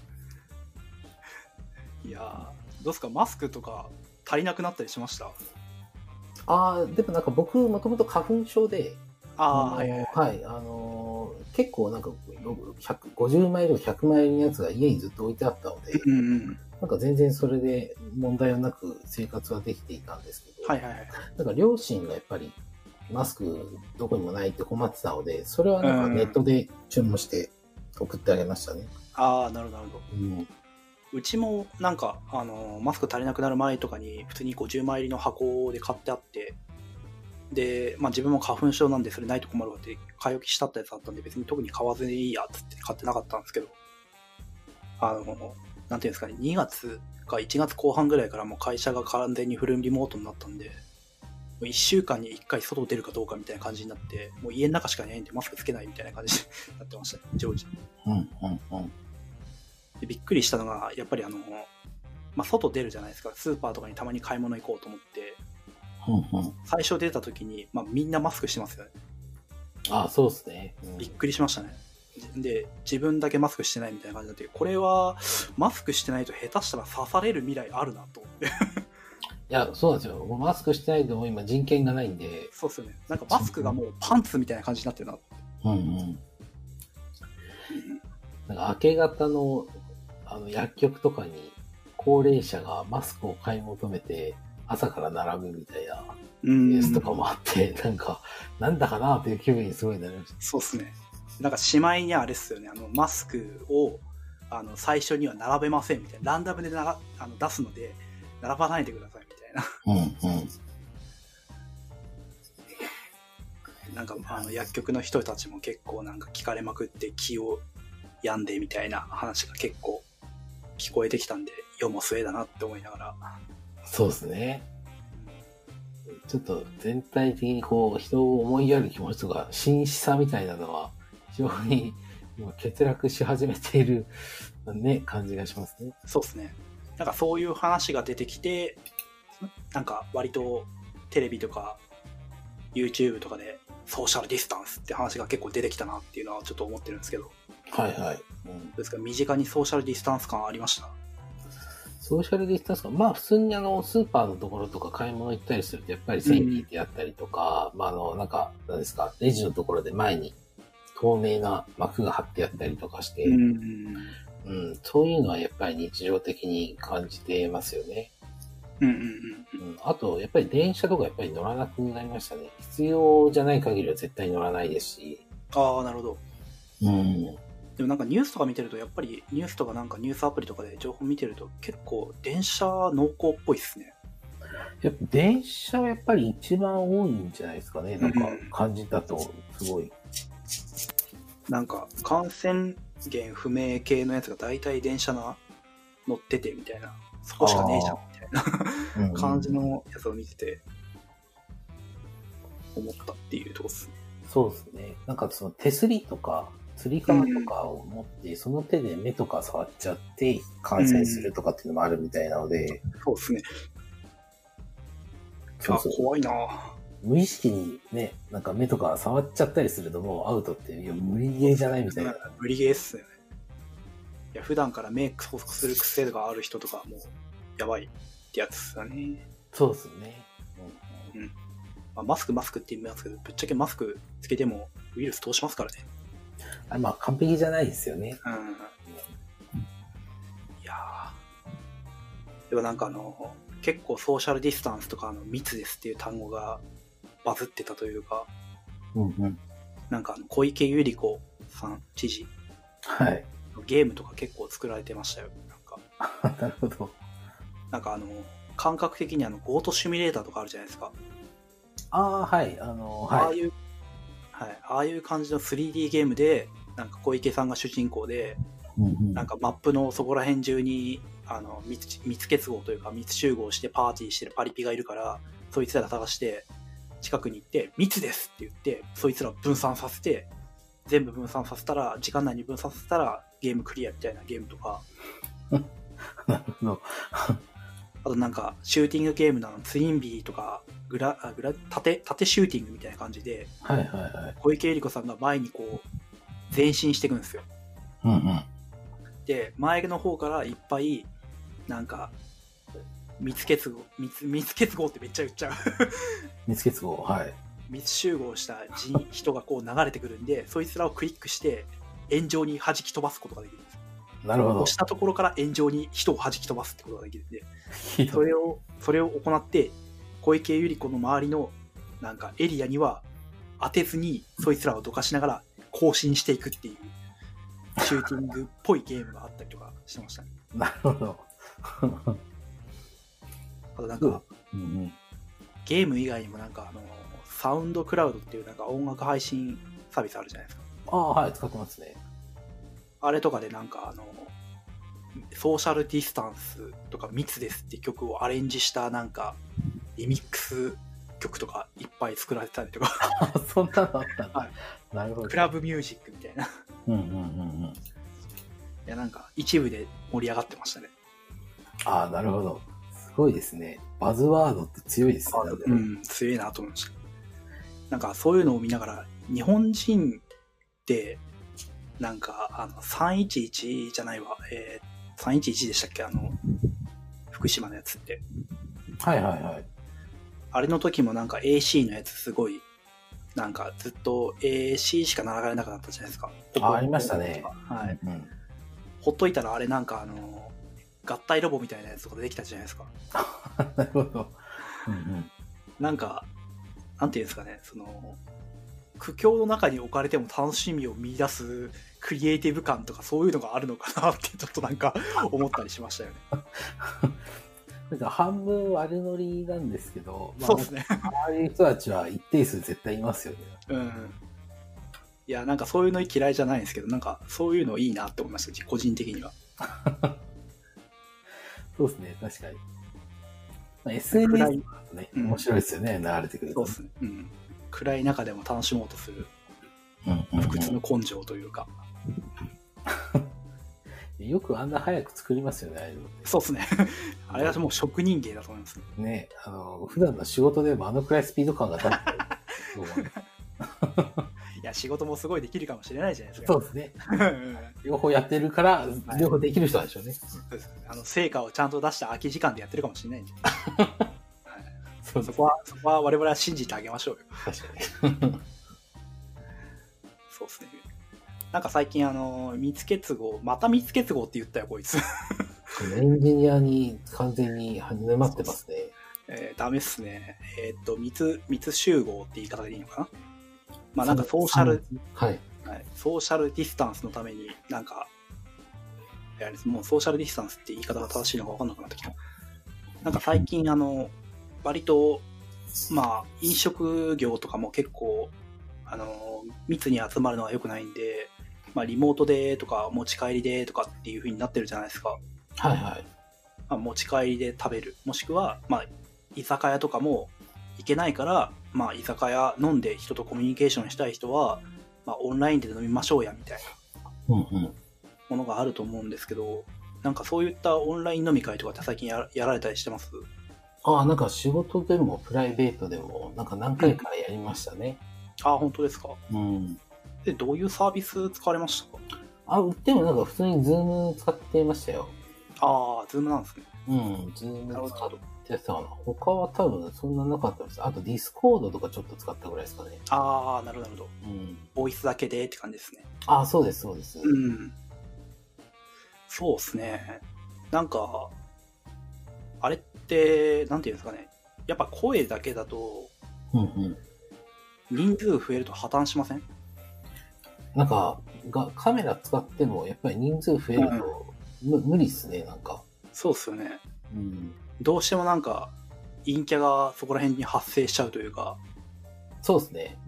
Speaker 2: いやどうですか、マスクとか足りなくなったりしました？
Speaker 3: でも僕もともと花粉症で、結結構なんか50枚とか100枚のやつが家にずっと置いてあったので、
Speaker 2: うんうん。
Speaker 3: なんか全然それで問題はなく生活はできていたんですけど、
Speaker 2: はいはいはい。
Speaker 3: なんか両親がやっぱりマスクどこにもないって困ってたので、それはなんかネットで注文して送ってあげましたね。
Speaker 2: ああ、なるほどなるほど。
Speaker 3: うん。
Speaker 2: うちもなんか、マスク足りなくなる前とかに普通に50枚入りの箱で買ってあって、で、まあ自分も花粉症なんでそれないと困るわって買い置きしたったやつあったんで別に特に買わずにいいやっつって買ってなかったんですけど、なんていうんですかね、2月か1月後半ぐらいからもう会社が完全にフルリモートになったんで、もう1週間に1回外出るかどうかみたいな感じになって、もう家の中しかいないんでマスクつけないみたいな感じになってましたね、常時。
Speaker 3: うんうんうん。
Speaker 2: でびっくりしたのが、やっぱりまあ、外出るじゃないですか。スーパーとかにたまに買い物行こうと思って、
Speaker 3: うんうん、
Speaker 2: 最初出た時に、まあ、みんなマスクしてますよね。
Speaker 3: ああ、そうですね、
Speaker 2: うん。びっくりしましたね。で、自分だけマスクしてないみたいな感じになって、これはマスクしてないと下手したら刺される未来あるなと思って。い
Speaker 3: や、そうなんですよ。マスクしてないともう今人権がないんで。
Speaker 2: そうっすよね。なんかマスクがもうパンツみたいな感じになってるな。
Speaker 3: うんうん。なんか明け方の薬局とかに高齢者がマスクを買い求めて朝から並ぶみたいなケースとかもあって、なんだかなという気分にすごいなりました。
Speaker 2: そうっすね。なんかしまいにあれっすよね。マスクを最初には並べませんみたいな。ランダムで出すので並ばないでくださいみたいな。
Speaker 3: うんうん。
Speaker 2: なんか薬局の人たちも結構なんか聞かれまくって気を病んでみたいな話が結構聞こえてきたんで、世も末だなって思いながら。
Speaker 3: そうですね。ちょっと全体的にこう人を思いやる気持ちとか真摯さみたいなのは非常に今欠落し始めているね感じがしますね。
Speaker 2: そうですね。なんかそういう話が出てきて、なんか割とテレビとか YouTube とかでソーシャルディスタンスって話が結構出てきたなっていうのはちょっと思ってるんですけど。
Speaker 3: はいはい。
Speaker 2: どうですか、身近にソーシャルディスタンス感ありました？
Speaker 3: ソーシャルディスタンスか。まあ普通にスーパーのところとか買い物行ったりするとやっぱり線引いてあったりとか、まあなんですか、レジのところで前に透明な幕が張ってあったりとかして、そういうのはやっぱり日常的に感じてますよね。あと、やっぱり電車とかやっぱり乗らなくなりましたね。必要じゃない限りは絶対乗らないですし。
Speaker 2: ああ、なるほど。
Speaker 3: うん。
Speaker 2: でもなんかニュースとか見てると、やっぱりニュースとかなんかニュースアプリとかで情報見てると結構電車濃厚っぽいっすね。
Speaker 3: やっぱ電車はやっぱり一番多いんじゃないですかね。なんか感じだとすごい。
Speaker 2: なんか感染源不明系のやつが大体電車乗っててみたいな、そこしかねえじゃんみたいな感じのやつを見てて思ったっていうとこっすね。
Speaker 3: そうですね。なんかその手すりとかつり革とかを持って、その手で目とか触っちゃって感染するとかっていうのもあるみたいなので。
Speaker 2: そうですね。そう怖いな。
Speaker 3: 無意識にね、なんか目とか触っちゃったりするともうアウトって、いや無理ゲーじゃないみたいな。
Speaker 2: 無理ゲーっすよね。いや普段から目する癖がある人とかもうやばいってやつですよね。
Speaker 3: そうですね。
Speaker 2: まあ、マスクって言いますけど、ぶっちゃけマスクつけてもウイルス通しますからね。
Speaker 3: まあ完璧じゃないですよね。
Speaker 2: いやー。でもなんか結構ソーシャルディスタンスとか密ですっていう単語がバズってたというか、なんか小池百合子さん知事、
Speaker 3: はい、
Speaker 2: ゲームとか結構作られてましたよ。なんか
Speaker 3: なるほど。
Speaker 2: なんか感覚的にゴートシミュレーターとかあるじゃないですか。
Speaker 3: はい。
Speaker 2: ああいう感じの 3D ゲームで、なんか小池さんが主人公で、なんかマップのそこら辺中に密結合というか密集合してパーティーしてるパリピがいるから、そいつら探して近くに行って密ですって言ってそいつら分散させて、全部分散させたら時間内に分散させたらゲームクリアみたいなゲームとか
Speaker 3: なるほど。
Speaker 2: あとなんかシューティングゲームのツインビーとか縦シューティングみたいな感じで、小池百合子さんが前にこう前進していくんですよ。で前の方からいっぱいなんか密結合ってめっちゃ言っちゃう
Speaker 3: 密結合、はい。
Speaker 2: 密集合した人がこう流れてくるんで、そいつらをクリックして炎上に弾き飛ばすことができるんです。
Speaker 3: なるほど。
Speaker 2: 押したところから炎上に人を弾き飛ばすってことができるんで、それを行って小池百合子の周りのなんかエリアには当てずにそいつらをどかしながら更新していくっていうシューティングっぽいゲームがあったりとかしてましたね。
Speaker 3: なるほど。
Speaker 2: あとなんか、ゲーム以外にもなんかサウンドクラウドっていうなんか音楽配信サービスあるじゃないですか。
Speaker 3: ああ、はい、使ってますね。
Speaker 2: あれとかでなんかソーシャルディスタンスとか密ですって曲をアレンジしたなんかリミックス曲とかいっぱい作られてたりとか
Speaker 3: そんなのあったんだ、
Speaker 2: はい、
Speaker 3: なるほど。
Speaker 2: クラブミュージックみたいな。いやなんか一部で盛り上がってましたね。
Speaker 3: ああ、なるほど。すごいですね。バズワードって強いですね。
Speaker 2: うん、強いなと思いました。なんかそういうのを見ながら日本人ってなんか311じゃないわ、311でしたっけ、福島のやつって。
Speaker 3: はいはいはい。
Speaker 2: あれの時もなんか AC のやつすごいなんかずっと AC しか流れなくなったじゃないですか。
Speaker 3: ありましたね。
Speaker 2: はい、ほっといたらあれなんか合体ロボみたいなやつとかできたじゃないですか。
Speaker 3: なるほど。
Speaker 2: なんかなんていうんですかね、苦境の中に置かれても楽しみを見出すクリエイティブ感とかそういうのがあるのかなってちょっとなんか思ったりしましたよね。
Speaker 3: なんか半分悪ノリなんですけど、
Speaker 2: そうですね。
Speaker 3: ああいう人たちは一定数絶対いますよね。
Speaker 2: いやなんかそういうの嫌いじゃないんですけど、なんかそういうのいいなって思いました、個人的には。
Speaker 3: そうですね、確かに。SNS とかね、面白いですよね、流れてくると。
Speaker 2: そうですね。暗い中でも楽しもうとする不屈の根性というか。
Speaker 3: よくあんな早く作りますよね、ああいうの。
Speaker 2: そうですね。あれはもう職人芸だと思いますね。
Speaker 3: ね、普段の仕事でもくらいスピード感が出る。
Speaker 2: いや、仕事もすごいできるかもしれないじゃないですか。
Speaker 3: そうですね。両方やってるから、両方できる人なんでしょうね。
Speaker 2: 成果をちゃんと出した空き時間でやってるかもしれないんで。そこは我々は信じてあげましょうよ。
Speaker 3: 確かに。
Speaker 2: そうですね。なんか最近密結合、また密結合って言ったよこいつ。
Speaker 3: エンジニアに完全に沼ってます
Speaker 2: ね。ダメっすね。密集合って言い方でいいのかな。まあなんかソーシャル、ソーシャルディスタンスのためになんかもうソーシャルディスタンスって言い方が正しいのか分かんなくなってきた。なんか最近割とまあ飲食業とかも結構密に集まるのは良くないんで、まあリモートでとか持ち帰りでとかっていう風になってるじゃないですか。
Speaker 3: はいはい。
Speaker 2: まあ、持ち帰りで食べる、もしくはまあ居酒屋とかも行けないから、まあ居酒屋飲んで人とコミュニケーションしたい人は、まあオンラインで飲みましょうやみたいなものがあると思うんですけど、なんかそういったオンライン飲み会とかって最近やられたりしてます？
Speaker 3: なんか仕事でもプライベートでもなんか何回かやりましたね。
Speaker 2: 本当ですか？でどういうサービス使われましたか？
Speaker 3: でもなんか普通にズーム使ってましたよ。
Speaker 2: ズームなんですね。
Speaker 3: ズーム使ってたかな。他は多分そんななかったです。あとディスコードとかちょっと使ったぐらいですかね。
Speaker 2: なるほど。ボイスだけでって感じですね。
Speaker 3: そうですそうです。
Speaker 2: そうですね。なんかあれってなんていうんですかね。やっぱ声だけだと人数増えると破綻しません？
Speaker 3: なんかカメラ使ってもやっぱり人数増えると、無理っすね、なんか。
Speaker 2: そうっすよね。どうしてもなんか陰キャがそこら辺に発生しちゃうというか。
Speaker 3: そうですね。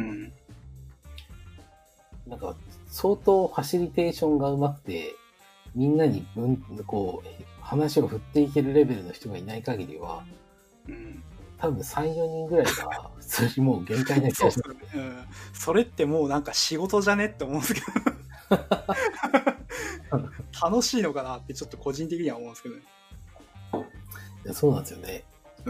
Speaker 3: なんか相当ファシリテーションがうまくて、みんなにこう話を振っていけるレベルの人がいない限りは、多分3、4人ぐらいが普通にもう限界な気がします。
Speaker 2: それってもうなんか仕事じゃねって思うんですけど楽しいのかなってちょっと個人的には思うんですけどね。
Speaker 3: いや、そうなんですよね。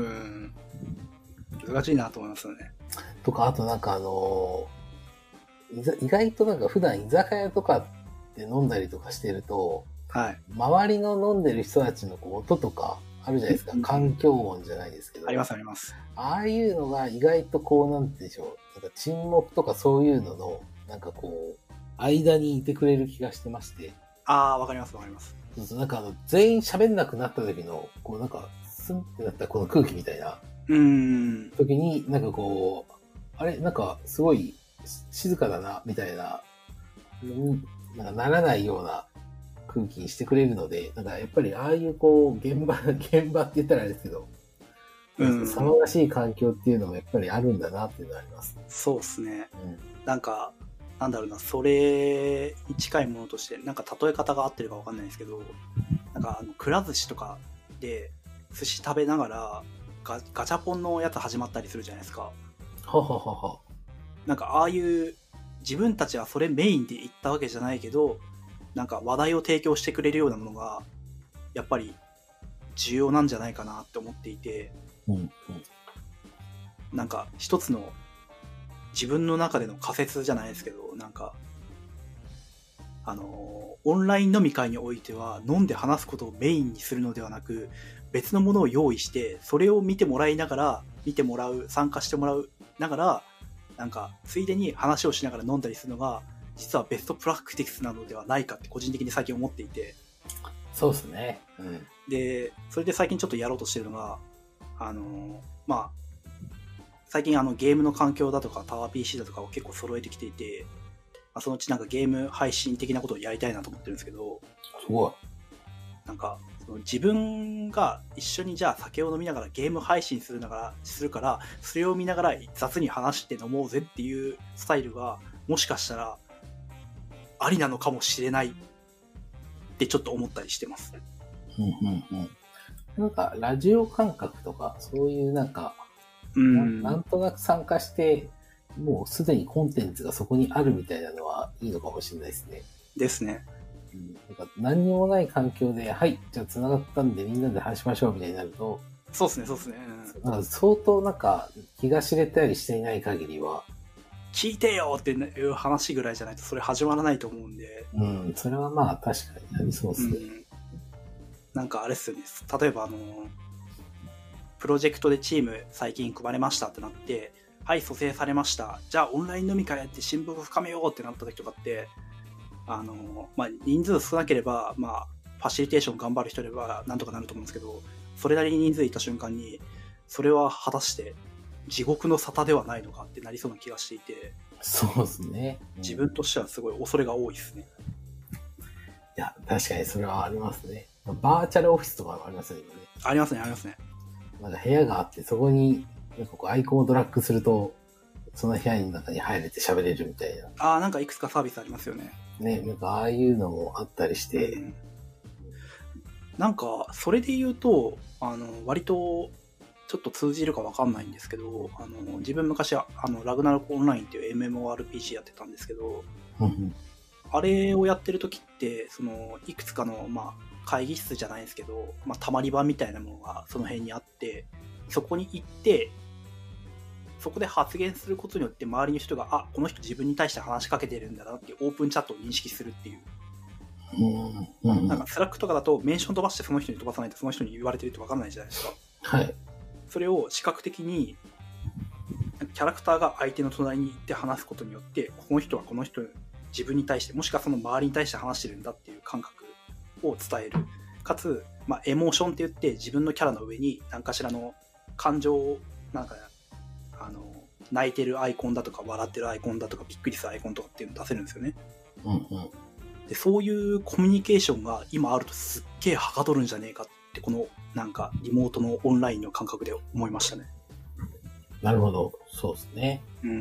Speaker 2: 難しいなと思いますよね。
Speaker 3: とか、あとなんか意外となんか普段居酒屋とかで飲んだりとかしてると、周りの飲んでる人たちの音とか、 あるじゃないですか。環境音じゃないですけど。
Speaker 2: ありますあります。
Speaker 3: ああいうのが意外とこう、なんて言うんでしょう。なんか沈黙とかそういうのの、なんかこう、間にいてくれる気がしてまして。
Speaker 2: ああ、わかりますわかります。
Speaker 3: そうそう、なんか全員喋んなくなった時の、こうなんか、スンってなったこの空気みたいな。時に、なんかこう、あれ、なんかすごい静かだな、みたいな、なんかならないような空気にしてくれるので、なんかやっぱりああいうこう、現場って言ったらあれですけど、騒がしい環境っていうのもやっぱりあるんだなっていうのがあります。
Speaker 2: そうですね。なんか、なんだろうな、それに近いものとして、なんか例え方が合ってるかわかんないですけど、なんかくら寿司とかで寿司食べながらガチャポンのやつ始まったりするじゃないですか。
Speaker 3: はははは。
Speaker 2: なんかああいう自分たちはそれメインで行ったわけじゃないけど、なんか話題を提供してくれるようなものがやっぱり重要なんじゃないかなって思っていて、なんか一つの自分の中での仮説じゃないですけど、なんかオンライン飲み会においては飲んで話すことをメインにするのではなく、別のものを用意してそれを見てもらう、参加してもらうながら、なんかついでに話をしながら飲んだりするのが実はベストプラクティクスなのではないかって個人的に最近思っていて。
Speaker 3: そうですね。
Speaker 2: でそれで最近ちょっとやろうとしてるのが、まあ最近ゲームの環境だとかタワー PC だとかを結構揃えてきていて、そのうちなんかゲーム配信的なことをやりたいなと思ってるんですけど、
Speaker 3: すごい。
Speaker 2: なんかその自分が一緒にじゃあ酒を飲みながらゲーム配信するから、それを見ながら雑に話して飲もうぜっていうスタイルがもしかしたらありなのかもしれないってちょっと思ったりしてます。
Speaker 3: なんかラジオ感覚とかそういうなんかなんとなく参加して、もうすでにコンテンツがそこにあるみたいなのはいいのかもしれないですね。
Speaker 2: ですね。
Speaker 3: なんか何にもない環境で、はい、じゃあ繋がったんでみんなで話しましょうみたいになると、
Speaker 2: そうですね。
Speaker 3: なんか相当なんか気が知れたりしていない限りは、
Speaker 2: 聞いてよっていう話ぐらいじゃないとそれ始まらないと思うんで。
Speaker 3: それはまあ確かにありそうですね。
Speaker 2: なんかあれっすよね。例えばプロジェクトでチーム最近組まれましたってなって、はい、蘇生されました。じゃあオンライン飲み会やって親睦深めようってなった時とかって、人数少なければ、ファシリテーション頑張る人いればなんとかなると思うんですけど、それなりに人数いた瞬間に、それは果たして地獄の沙汰ではないのかってなりそうな気がしていて。
Speaker 3: そうですね。
Speaker 2: 自分としてはすごい恐れが多いですね。
Speaker 3: いや、確かにそれはありますね。バーチャルオフィスとかもありますね、今ね。
Speaker 2: ありますね。
Speaker 3: なんか部屋があって、そこになんかこうアイコンをドラッグすると、その部屋の中に入れて喋れるみたいな。
Speaker 2: なんかいくつかサービスありますよね。
Speaker 3: ね、なんかああいうのもあったりして。
Speaker 2: なんか、それで言うと、割と、ちょっと通じるかわかんないんですけど、自分昔は、ラグナロクオンラインっていう MMORPG やってたんですけど、あれをやってる時って、いくつかの、会議室じゃないですけど、たまり場みたいなものがその辺にあって、そこに行って、そこで発言することによって周りの人が、この人自分に対して話しかけてるんだなっていうオープンチャットを認識するっていう。なんかスラックとかだとメンション飛ばしてその人に飛ばさないとその人に言われてるって分かんないじゃないですか。
Speaker 3: はい。
Speaker 2: それを視覚的にキャラクターが相手の隣に行って話すことによって、この人はこの人自分に対して、もしくはその周りに対して話してるんだっていう感覚を伝える。かつ、エモーションって言って自分のキャラの上に何かしらの感情をなんか泣いてるアイコンだとか笑ってるアイコンだとかびっくりするアイコンとかっていうのを出せるんですよね。でそういうコミュニケーションが今あるとすっげえはかどるんじゃねえかってこのなんかリモートのオンラインの感覚で思いましたね。
Speaker 3: なるほど、そうですね。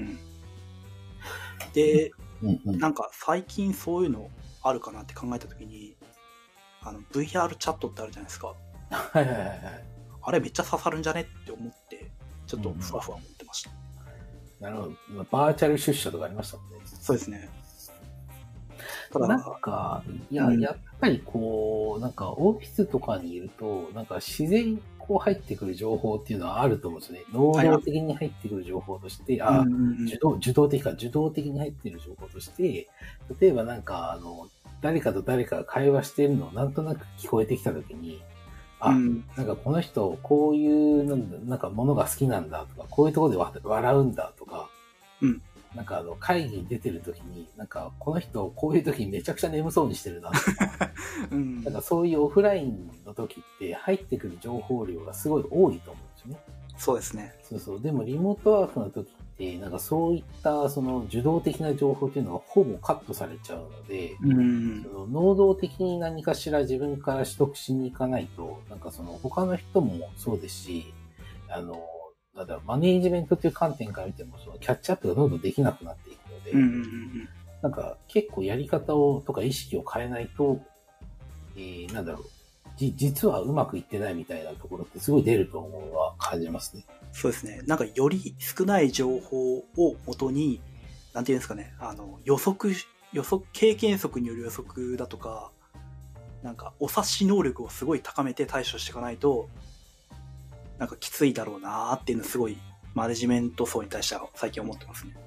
Speaker 2: で、なんか最近そういうのあるかなって考えたときに、VR チャットってあるじゃないですか。あれめっちゃ刺さるんじゃねって思ってちょっとふわふわ思ってました。
Speaker 3: なるほど。バーチャル出社とかありましたもんね。
Speaker 2: そうですね。
Speaker 3: ただなんか、やっぱりこう、なんかオフィスとかにいると、なんか自然にこう入ってくる情報っていうのはあると思うんですよね。能動的に入ってくる情報として、受動的に入っている情報として、例えばなんか誰かと誰かが会話しているのをなんとなく聞こえてきたときに、 なんかこの人、こういうなんかものが好きなんだとか、こういうところで笑うんだとか、なんか会議に出てる時に、なんかこの人、こういう時にめちゃくちゃ眠そうにしてるなとか、なんかそういうオフラインの時って入ってくる情報量がすごい多いと思うんですよね。
Speaker 2: そうですね。
Speaker 3: そう。でもリモートワークの時って、なんかそういったその受動的な情報っていうのがほぼカットされちゃうので、その能動的に何かしら自分から取得しに行かないと、なんかその他の人もそうですし、なんだろう、マネージメントっていう観点から見ても、そのキャッチアップがどんどんできなくなっていくので、なんか結構やり方とか意識を変えないと、なんだろう、実はうまくいってないみたいなところってすごい出ると思うのは感じますね。
Speaker 2: そうですね。なんかより少ない情報を元に、なんていうんですかね、予測、経験則による予測だとか、なんかお察し能力をすごい高めて対処していかないと、なんかきついだろうなーっていうのすごいマネジメント層に対しては最近思ってますね。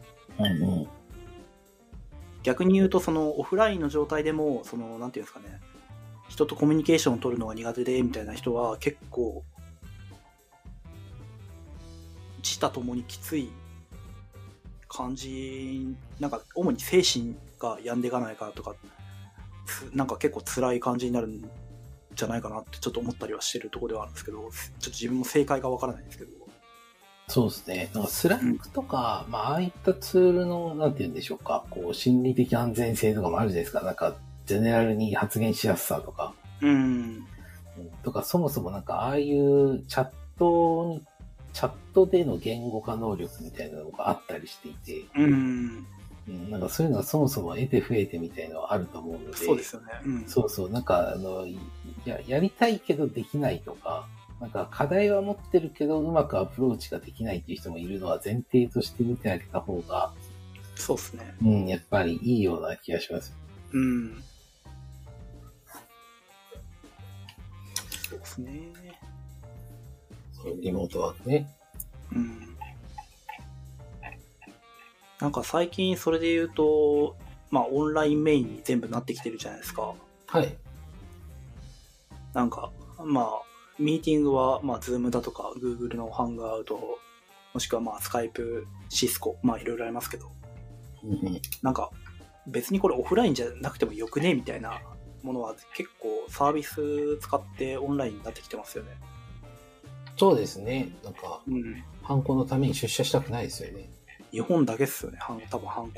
Speaker 2: 逆に言うとそのオフラインの状態でもそのなんていうんですかね、人とコミュニケーションを取るのが苦手でみたいな人は結構自他ともにきつい感じ、なんか主に精神が病んでいかないからとか、なんか結構辛い感じになるんじゃないかなってちょっと思ったりはしてるところではあるんですけど、ちょっと自分も正解がわからないんですけど。
Speaker 3: そうですね。なんかスラックとか、まあ、ああいったツールの、なんて言うんでしょうか、こう、心理的安全性とかもあるじゃないですか。なんか、ジェネラルに発言しやすさとか。とか、そもそもなんか、ああいうチャットでの言語化能力みたいなのがあったりしていて、なんかそういうのがそもそも得て増えてみたいなのはあると思うので、
Speaker 2: そうですよね。
Speaker 3: そう、なんかやりたいけどできないとか、なんか課題は持ってるけどうまくアプローチができないっていう人もいるのは前提として見てあげた方が、
Speaker 2: そうですね。
Speaker 3: やっぱりいいような気がします。
Speaker 2: そうですね。
Speaker 3: リモートワークね。
Speaker 2: なんか最近それで言うと、まあオンラインメインに全部なってきてるじゃないですか。
Speaker 3: はい。
Speaker 2: なんか、まあ、ミーティングは、まあ、ズームだとか、Google のハングアウト、もしくはまあ、スカイプ、シスコ、まあ、いろいろありますけど、なんか、別にこれオフラインじゃなくてもよくねみたいなものは結構サービス使ってオンラインになってきてますよね。
Speaker 3: そうですね。なんか、ハンコのために出社したくないですよね。
Speaker 2: 日本だけっすよね、多分ハンコ。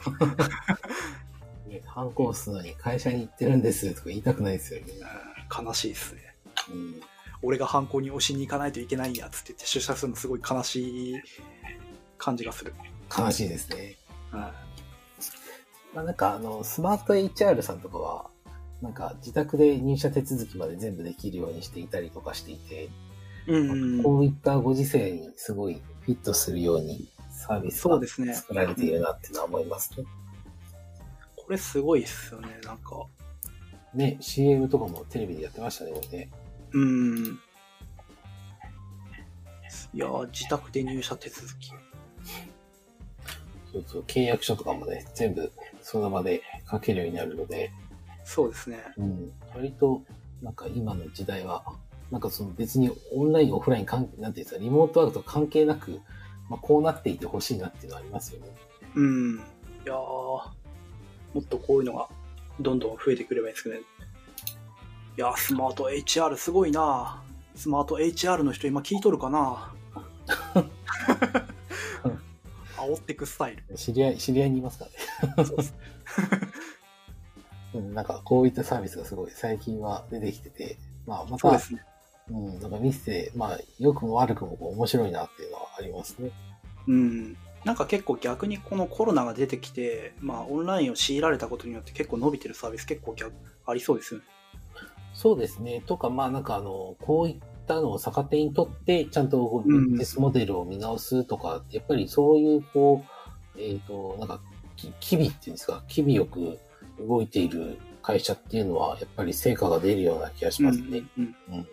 Speaker 3: ハンコ押すのに会社に行ってるんですとか言いたくないですよね。
Speaker 2: 悲しいですね。俺がハンコに押しに行かないといけないんやつって言って出社するのすごい悲しい感じがする。
Speaker 3: 悲しいですね。まあ、なんかスマート HR さんとかは、なんか自宅で入社手続きまで全部できるようにしていたりとかしていて、こういったご時世にすごいフィットするようにサービスが作られているなっていうのは思いますね。
Speaker 2: これすごいっすよね、なんか。
Speaker 3: ね、CM とかもテレビでやってましたね、これね。
Speaker 2: いやー、自宅で入社手続き。
Speaker 3: そう、契約書とかもね、全部その場で書けるようになるので。
Speaker 2: そうですね。
Speaker 3: 割と、なんか今の時代は、なんかその別にオンライン、オフラインなんていうんですか、リモートワークと関係なく、まあ、こうなっていてほしいなっていうのはありますよね。
Speaker 2: いやー、もっとこういうのがどんどん増えてくればいいですけどね。いやー、スマート HR すごいな。スマート HR の人今聞いとるかな。煽ってくスタイル。
Speaker 3: 知り合いにいますからね。そうですなんかこういったサービスがすごい最近は出てきてて、まあまた、
Speaker 2: そうですね。
Speaker 3: なんか見せて、まあ良くも悪くも面白いなっていうのはありますね。
Speaker 2: なんか結構逆にこのコロナが出てきて、まあオンラインを強いられたことによって結構伸びてるサービス結構ありそうですよね。
Speaker 3: そうですね。とか、まあなんかこういったのを逆手にとって、ちゃんとビジネスモデルを見直すとか、やっぱりそういうなんか、機微っていうんですか、機微よく動いている会社っていうのは、やっぱり成果が出るような気がしますね。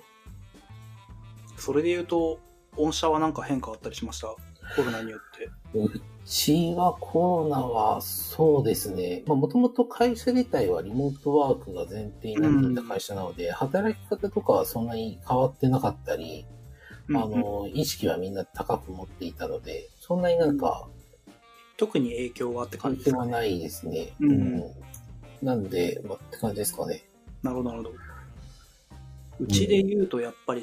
Speaker 2: それで言うと、御社はなんか変化あったりしました？コロナによって。
Speaker 3: うちはコロナはそうですね。まあもともと会社自体はリモートワークが前提になっていた会社なので、働き方とかはそんなに変わってなかったり、意識はみんな高く持っていたので、そんなになんか、
Speaker 2: 特に影響はって感じですかね。
Speaker 3: 影響はないですね。なんで、まあ、って感じですかね。
Speaker 2: なるほど、なるほど。うちで言うと、やっぱり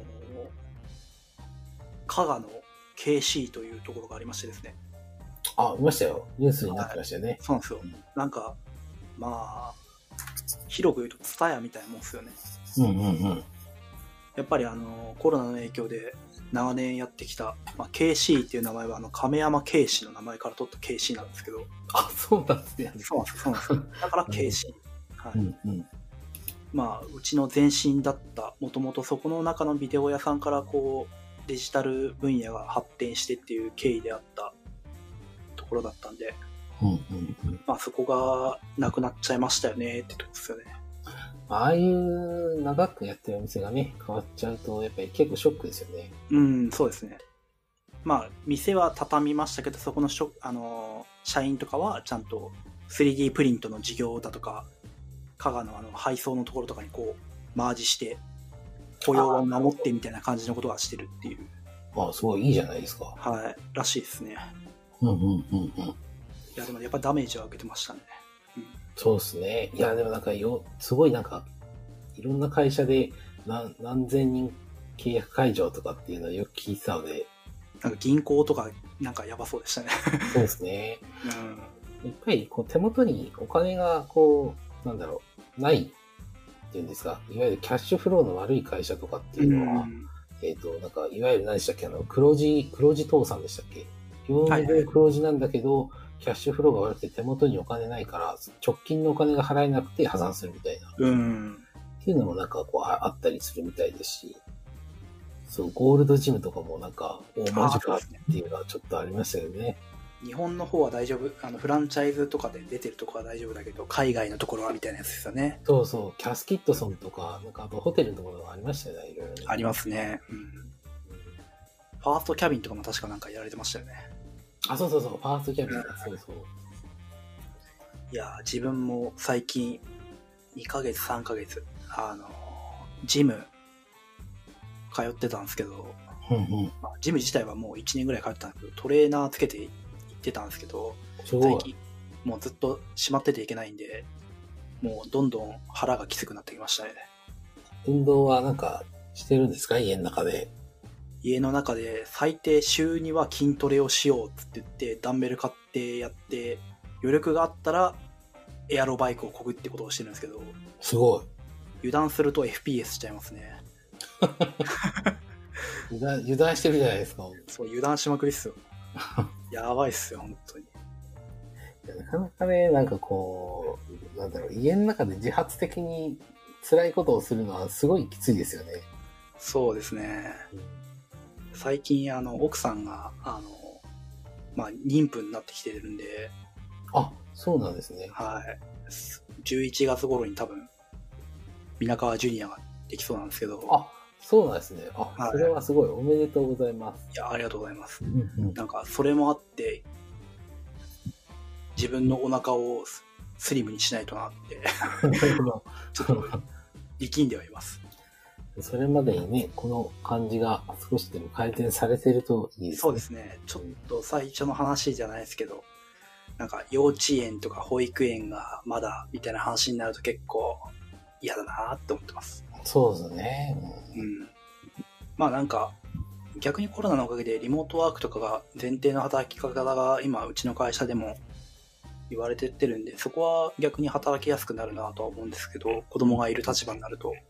Speaker 2: 加賀の KC というところがありましてですね。
Speaker 3: あ、見ましたよ。ニュースになってましたよね。
Speaker 2: そうなんですよ。なんか、まあ、広く言うと、ツタヤみたいなもんですよね。やっぱりコロナの影響で長年やってきた、KC っていう名前は亀山慶氏の名前から取った KC なんですけど。
Speaker 3: あ、そうなんですね。
Speaker 2: そうなんですよ。だから KC。はい。まあ、うちの前身だった、もともとそこの中のビデオ屋さんからこう、デジタル分野が発展してっていう経緯であったところだったんで、まあそこがなくなっちゃいましたよねってとこですよね。
Speaker 3: ああいう長くやってるお店がね、変わっちゃうと、やっぱり結構ショックですよね。
Speaker 2: そうですね。まあ、店は畳みましたけど、そこの社員とかはちゃんと 3D プリントの事業だとか、加賀の配送のところとかにこう、マージして、雇用を守ってみたいな感じのことはしてるっていう。
Speaker 3: ああ、すごいいいじゃないですか。
Speaker 2: はい、らしいですね。いや、でもやっぱダメージは受けてましたね。
Speaker 3: そうですね。いや、でもなんかすごいなんか、いろんな会社で何千人契約解除とかっていうのをよく聞いてたので。
Speaker 2: なんか銀行とかなんかやばそうでしたね。
Speaker 3: そうですね。やっぱりこう手元にお金がこう、なんだろう、ないっていうんですか、いわゆるキャッシュフローの悪い会社とかっていうのは、なんか、いわゆる何でしたっけ、黒字倒産でしたっけ？業務上黒字なんだけど、キャッシュフローが悪くて手元にお金ないから、直近のお金が払えなくて破産するみたいな。っていうのもなんかこうあったりするみたいですし、そう、ゴールドジムとかもなんか、マジかっていうのはちょっとありましたよね。
Speaker 2: 日本の方は大丈夫、フランチャイズとかで出てるところは大丈夫だけど、海外のところはみたいなやつですよね。
Speaker 3: そうそう、キャスキットソンとか、なんかあとホテルのところがありましたよね、いろいろね。
Speaker 2: ありますね。ファーストキャビンとかも確かなんかやられてましたよね。
Speaker 3: あ、そうそうそう、ファーストキャビンだ、そうそう。
Speaker 2: いや、自分も最近、2ヶ月、3ヶ月、ジム、通ってたんですけど、ジム自体はもう1年ぐらい通ってたんですけど、トレーナーつけて行ってたんですけど、最近、もうずっと閉まってていけないんで、もうどんどん腹がきつくなってきましたね。
Speaker 3: 運動はなんかしてるんですか、家の中で。
Speaker 2: 家の中で最低週2は筋トレをしようって言ってダンベル買ってやって、余力があったらエアロバイクをこぐってことをしてるんですけど、
Speaker 3: すごい。
Speaker 2: 油断すると FPS しちゃいますね。
Speaker 3: 油断してるじゃないですか。
Speaker 2: そう、油断しまくりっすよ。やばいっすよ、本当に。
Speaker 3: なかなかね、なんかこう、なんだろう、家の中で自発的に辛いことをするのはすごいきついですよね。
Speaker 2: そうですね。最近、奥さんが、妊婦になってきてるんで。
Speaker 3: あ、そうなんですね。
Speaker 2: はい。11月頃に多分、皆川ジュニアができそうなんですけど。
Speaker 3: あ、そうなんですね。あ、それはすごい。おめでとうございます。
Speaker 2: いや、ありがとうございます。なんか、それもあって、自分のお腹をスリムにしないとなって、ちょっと力んではいます。
Speaker 3: それまでにね、この感じが少しでも改善されてるといいですね。
Speaker 2: そうですね。ちょっと最初の話じゃないですけど、なんか幼稚園とか保育園がまだみたいな話になると結構嫌だなって思ってます。
Speaker 3: そうですね。
Speaker 2: まあなんか、逆にコロナのおかげでリモートワークとかが前提の働き方が今うちの会社でも言われてってるんで、そこは逆に働きやすくなるなとは思うんですけど、子供がいる立場になると。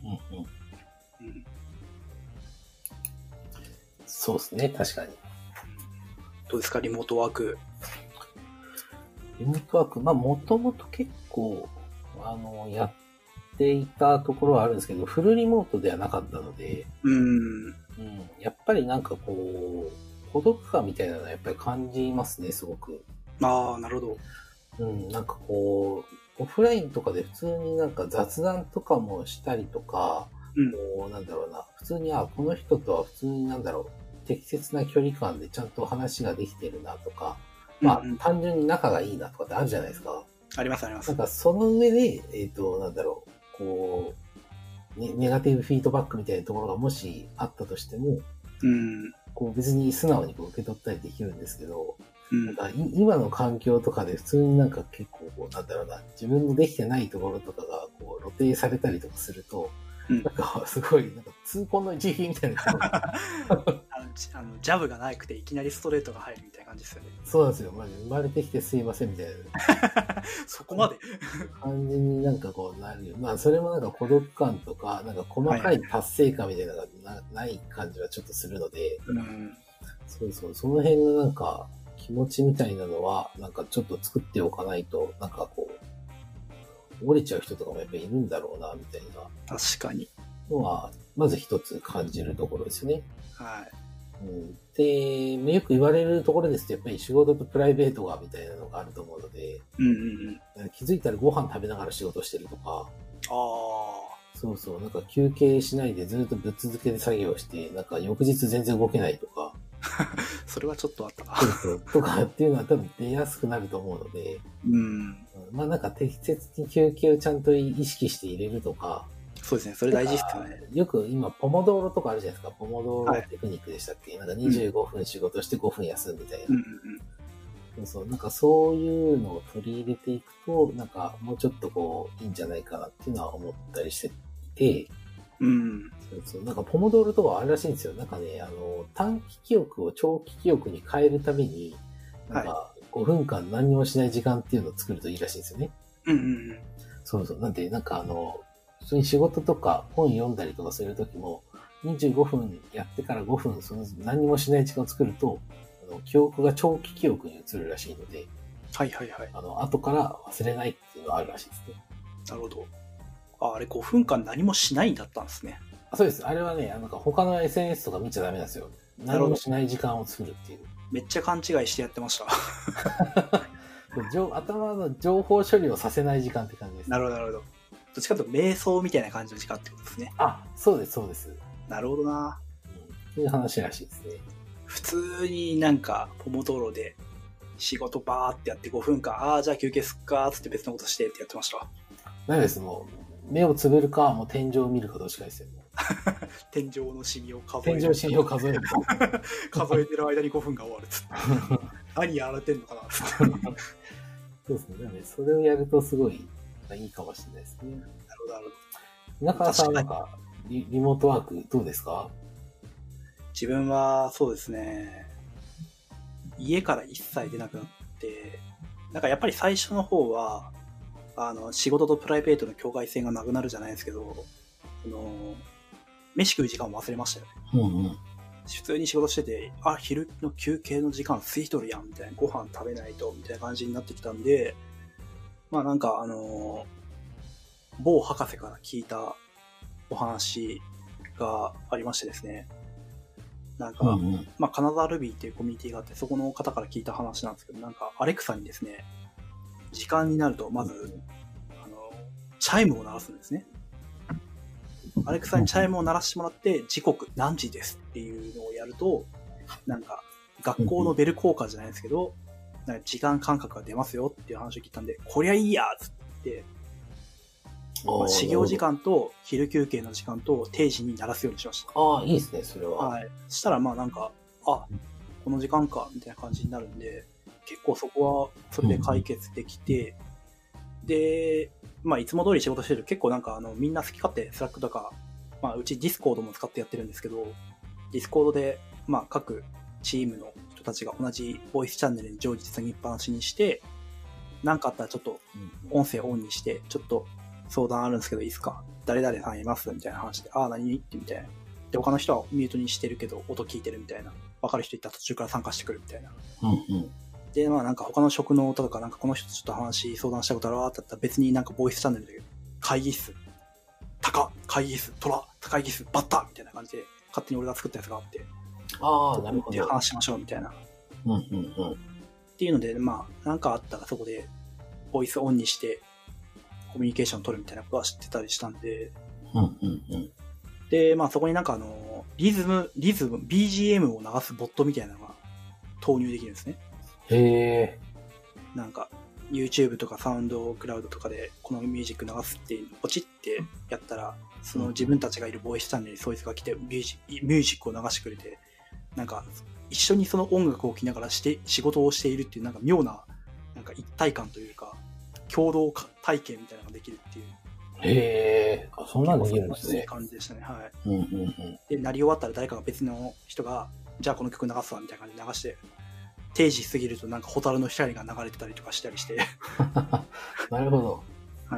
Speaker 3: そうですね、確かに。
Speaker 2: どうですか、リモートワーク。
Speaker 3: リモートワーク、もともと結構、やっていたところはあるんですけど、フルリモートではなかったので、やっぱりなんかこう、孤独感みたいなのはやっぱり感じますね、すごく。
Speaker 2: ああ、なるほ
Speaker 3: ど。なんかこう、オフラインとかで普通になんか雑談とかもしたりとか、こうなんだろうな、普通に、この人とは普通になんだろ適切な距離感でちゃんと話ができてるなとか、まあ、単純に仲がいいなとかってあるじゃないですか。
Speaker 2: ありますあります。
Speaker 3: なんかその上で、なんだろう、こう、ネガティブフィードバックみたいなところがもしあったとしても、こう別に素直にこう受け取ったりできるんですけど、なんか今の環境とかで普通になんか結構こう、なんだろうな、自分のできてないところとかがこう露呈されたりとかすると、なんかすごい、なんか痛恨の一撃みたいな
Speaker 2: ジャブがなくていきなりストレートが入るみたいな感じですよね。
Speaker 3: そうなんですよ。まあ、生まれてきてすいませんみたいな。
Speaker 2: そこまで
Speaker 3: 感じになんかこうなるよ。まあそれもなんか孤独感とか、なんか細かい達成感みたいなのがない感じはちょっとするので、そうそう、その辺のなんか気持ちみたいなのは、なんかちょっと作っておかないと、なんかこう、折れちゃう人とかもやっぱりいるんだろうな、みたいな。
Speaker 2: 確かに。
Speaker 3: のは、まず一つ感じるところですよね。
Speaker 2: はい。
Speaker 3: で、よく言われるところですと、やっぱり仕事とプライベートがみたいなのがあると思うので、気づいたらご飯食べながら仕事してるとか、そうそう、なんか休憩しないでずっとぶっ続けで作業して、なんか翌日全然動けないとか、
Speaker 2: それはちょっとあったな。
Speaker 3: そうとかっていうのは多分出やすくなると思うので、まあなんか適切に休憩をちゃんと意識して入れるとか、
Speaker 2: そうですね、それ大事ですよね。
Speaker 3: よく今、ポモドーロとかあるじゃないですか。ポモドーロテクニックでしたっけ、なんか25分仕事して5分休むみたいな。そうそう、なんかそういうのを取り入れていくと、なんかもうちょっとこう、いいんじゃないかなっていうのは思ったりしていて、そうそう、なんかポモドーロとかはあるらしいんですよ。なんかね、短期記憶を長期記憶に変えるために、なんか5分間何もしない時間っていうのを作るといいらしいんですよね。そうそう、なんで、なんか普通に仕事とか本読んだりとかするときも、25分やってから5分、その何もしない時間を作ると、記憶が長期記憶に移るらしいので、後から忘れないっていうのがあるらしいですね。
Speaker 2: なるほど。あれ5分間何もしないんだったんですね。
Speaker 3: そうです。あれはね、なんか他の SNS とか見ちゃダメなんですよ。何もしない時間を作るっていう。
Speaker 2: めっちゃ勘違いしてやってました。
Speaker 3: 頭の情報処理をさせない時間って感じです、
Speaker 2: なるほど、なるほど。どっちかというと瞑想みたいな感じの時間ってことですね。
Speaker 3: あ、そうです、そうです。
Speaker 2: なるほどな。
Speaker 3: っていう話らしいですね。
Speaker 2: 普通になんか、ポモドーロで仕事バーってやって5分間、じゃあ休憩すっかーつって別のことしてってやってました。
Speaker 3: ダメです、もう。目をつぶるか、もう天井を見るかどっちかですよ。
Speaker 2: 天井のシミを数える。
Speaker 3: 天井のシミを数える。
Speaker 2: 数えてる間に5分が終わるっつって。何やられてんのかなっつって。
Speaker 3: そうですね。それをやるとすごいいいかもしれないですね。
Speaker 2: なるほど、なるほど。
Speaker 3: 中川さんなんかリモートワークどうですか？
Speaker 2: 自分はそうですね、家から一切出なくなって、なんかやっぱり最初の方は仕事とプライベートの境界線がなくなるじゃないですけど、飯食う時間を忘れましたよね。普通に仕事してて、昼の休憩の時間過ぎとるやんみたいな、ご飯食べないとみたいな感じになってきたんで、まあなんか某博士から聞いたお話がありましてですね、なんか、まあ金沢ルビーっていうコミュニティがあって、そこの方から聞いた話なんですけど、なんかアレクサにですね、時間になるとまずチャイムを鳴らすんですね。アレクサにチャイムを鳴らしてもらって、時刻何時ですっていうのをやると、なんか学校のベル効果じゃないですけど、なんか時間感覚が出ますよっていう話を聞いたんで、こりゃいいやつって、始業時間と昼休憩の時間と定時に鳴らすようにしました。
Speaker 3: いいですね、それは。
Speaker 2: はい。そしたらまあなんか、この時間か、みたいな感じになるんで、結構そこはそれで解決できて、で、まあいつも通り仕事してると結構なんかみんな好き勝手スラックとか、まあうちディスコードも使ってやってるんですけど、ディスコードでまあ各チームの人たちが同じボイスチャンネルに常時つなぎっぱなしにして、なんかあったらちょっと音声オンにして、ちょっと相談あるんですけどいいですか？誰々さんいますみたいな話で、何ってみたいな。で、他の人はミュートにしてるけど音聞いてるみたいな。分かる人いたら途中から参加してくるみたいな。で、まあなんか他の職能とかなんかこの人とちょっと話相談したことあるわって言ったら別になんかボイスチャンネルで会議室、会議室、会議室、バッタみたいな感じで勝手に俺が作ったやつがあって。
Speaker 3: なるほど。
Speaker 2: 話しましょうみたいな。っていうので、まあなんかあったらそこでボイスオンにしてコミュニケーション取るみたいなことは知ってたりしたんで。で、まあそこになんかリズム、BGM を流すボットみたいなのが投入できるんですね。
Speaker 3: へえ。
Speaker 2: なんか、YouTube とかサウンドクラウドとかでこのミュージック流すっていうのをポチってやったら、その自分たちがいるボイスチャンネルにそいつが来てミュージックを流してくれて、なんか一緒にその音楽を聴きながら仕事をしているっていうなんか妙ななんか一体感というか共同体験みたいなのができるっていう。
Speaker 3: へえ。あ、そんなのできるんですね。
Speaker 2: いい感じでしたね。はい。
Speaker 3: うんうんうん。
Speaker 2: で、鳴り終わったら誰かが別の人が、じゃあこの曲流すわみたいな感じで流して、定時過ぎるとなんかホタルの光が流れてたりとかしたりして。
Speaker 3: なるほど。
Speaker 2: はい。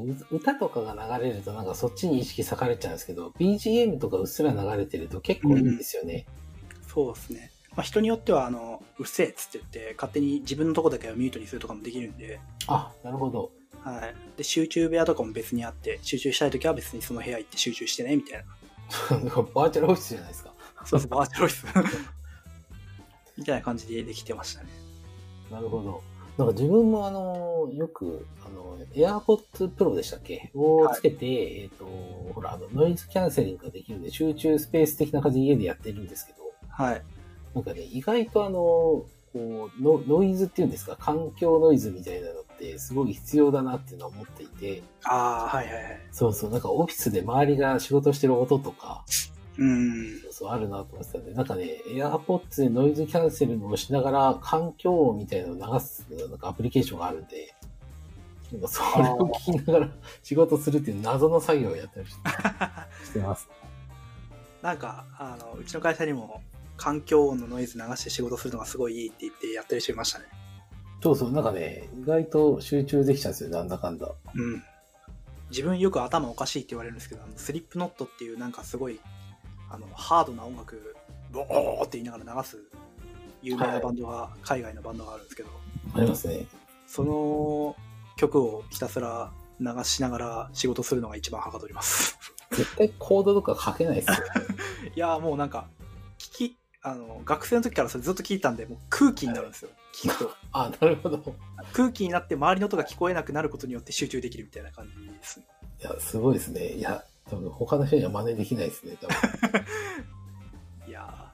Speaker 3: 歌とかが流れるとなんかそっちに意識割かれちゃうんですけど、BGM とかうっすら流れてると結構いいんですよね。
Speaker 2: そうですね。まあ、人によってはうっせえっつって言って勝手に自分のとこだけをミュートにするとかもできるんで。
Speaker 3: あ、なるほど。
Speaker 2: はい。で、集中部屋とかも別にあって、集中したいときは別にその部屋行って集中してね、みたいな。
Speaker 3: バーチャルオフィスじゃないですか。
Speaker 2: そうです、バーチャルオフィス。みたいな感じでできてましたね。
Speaker 3: なるほど。なんか自分もよく、AirPods Pro でしたっけをつけて、はい、ほら、ノイズキャンセリングができるんで、集中スペース的な感じで家でやってるんですけど、
Speaker 2: はい。
Speaker 3: なんかね、意外とノイズっていうんですか、環境ノイズみたいなのってすごい必要だなっていうのは思っていて。
Speaker 2: ああ、はいはいはい。
Speaker 3: そうそう、なんかオフィスで周りが仕事してる音とか、そうそう、あるなと思ってたんで、なんかね、AirPods でノイズキャンセルをしながら環境音みたいなのを流す、なんかアプリケーションがあるんで、なんかそれを聞きながら仕事するっていう謎の作業をやったりしてます。
Speaker 2: なんか、うちの会社にも環境音のノイズ流して仕事するのがすごいいいって言ってやってる人いましたね。
Speaker 3: そうそう、なんかね、意外と集中できちゃうんですよ、なんだかんだ。
Speaker 2: うん。自分よく頭おかしいって言われるんですけど、スリップノットっていうなんかすごい、ハードな音楽、ボーって言いながら流す有名なバンドが、はい、海外のバンドがあるんですけど。
Speaker 3: ありますね。
Speaker 2: その曲をひたすら流しながら仕事するのが一番はかどります。
Speaker 3: 絶対コードとか書けないですよね。
Speaker 2: いや、もうなんか、学生の時からそれずっと聞いたんで、もう空気になるんですよ、聞くと。
Speaker 3: あ、なるほど。
Speaker 2: 空気になって周りの音が聞こえなくなることによって集中できるみたいな感じですね。
Speaker 3: いや、すごいですね。いや、多分他の人には真似できないですね、多分。
Speaker 2: いや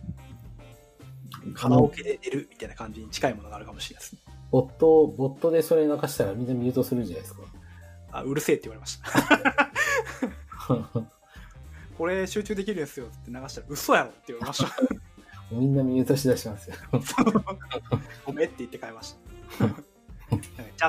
Speaker 2: カラオケで寝るみたいな感じに近いものがあるかもしれないですね。
Speaker 3: ボットでそれ流したらみんなミュートするじゃないですか。
Speaker 2: あ、うるせえって言われました。これ集中できるんですよって流したら嘘やろって言われました。
Speaker 3: みんなミュートしだしますよ。
Speaker 2: ごめんって言って変えました。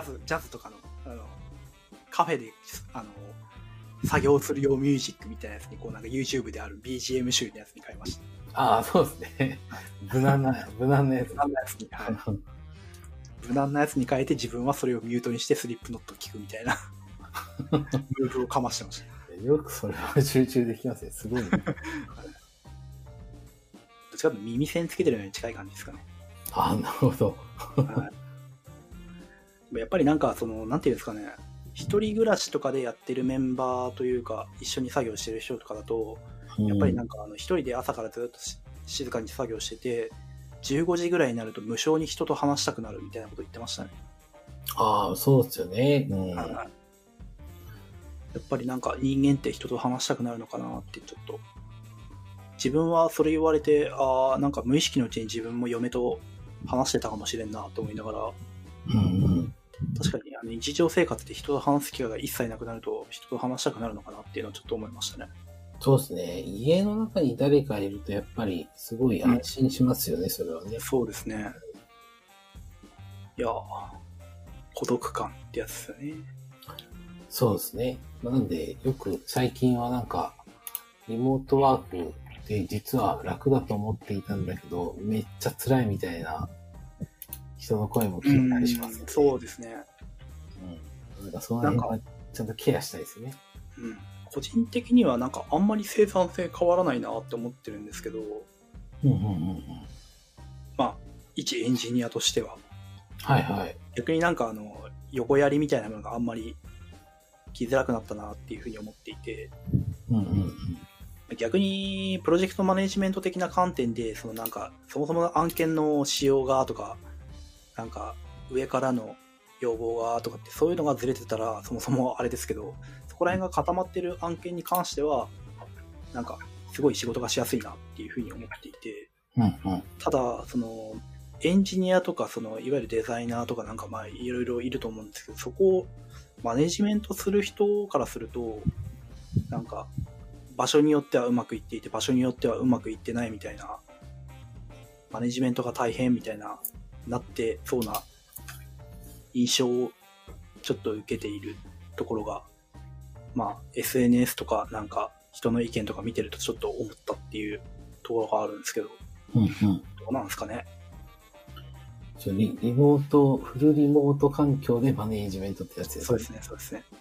Speaker 2: ジャズとかのカフェで作業する用ミュージックみたいなやつにこうなんか YouTube である BGM 集のやつに変えました。
Speaker 3: ああ、そうですね。無難なやつ。
Speaker 2: 無難なやつに、はい。無難なやつに変えて自分はそれをミュートにしてスリップノットを聞くみたいなムーブをかましてました。
Speaker 3: よくそれは集中できますね。すごいね。どっ
Speaker 2: ちかというと耳栓つけてるのに近い感じですかね。
Speaker 3: ああ、なるほど。
Speaker 2: はい、やっぱりなんかなんていうんですかね、一人暮らしとかでやってるメンバーというか一緒に作業してる人とかだと、やっぱりなんか一人で朝からずっと静かに作業してて15時ぐらいになると無性に人と話したくなるみたいなこと言ってましたね。
Speaker 3: ああ、そうですよね。
Speaker 2: やっぱりなんか人間って人と話したくなるのかなってちょっと自分はそれ言われてなんか無意識のうちに自分も嫁と話してたかもしれんなと思いながら、確かに日常生活で人と話す機会が一切なくなると人と話したくなるのかなっていうのはちょっと思いましたね。
Speaker 3: そうですね。家の中に誰かいるとやっぱりすごい安心しますよね、それはね。
Speaker 2: そうですね。いや孤独感ってやつですよね。
Speaker 3: そうですね。なんでよく最近はなんかリモートワークで実は楽だと思っていたんだけどめっちゃ辛いみたいな人の声も聞いたりしますね。
Speaker 2: そうですね。
Speaker 3: なんかその辺はちゃんとケアしたいですよね。
Speaker 2: 個人的にはなんかあんまり生産性変わらないなって思ってるんですけど、まあ一エンジニアとしては、
Speaker 3: はいはい。
Speaker 2: 逆になんか横やりみたいなものがあんまり来づらくなったなっていうふうに思っていて、逆にプロジェクトマネジメント的な観点でなんかそもそもの案件の仕様がとかなんか上からの要望がとかってそういうのがずれてたらそもそもあれですけど、そこら辺が固まってる案件に関してはなんか、すごい仕事がしやすいなっていうふうに思っていて、ただ、エンジニアとか、いわゆるデザイナーとかなんかいろいろいると思うんですけど、そこをマネジメントする人からすると、なんか、場所によってはうまくいっていて、場所によってはうまくいってないみたいな、マネジメントが大変みたいなってそうな印象をちょっと受けているところが、SNS とかなんか人の意見とか見てるとちょっと思ったっていうところがあるんですけど、どうなんですかね。
Speaker 3: フルリモート環境でマネージメントってやつですね。
Speaker 2: そうですね、そうですね。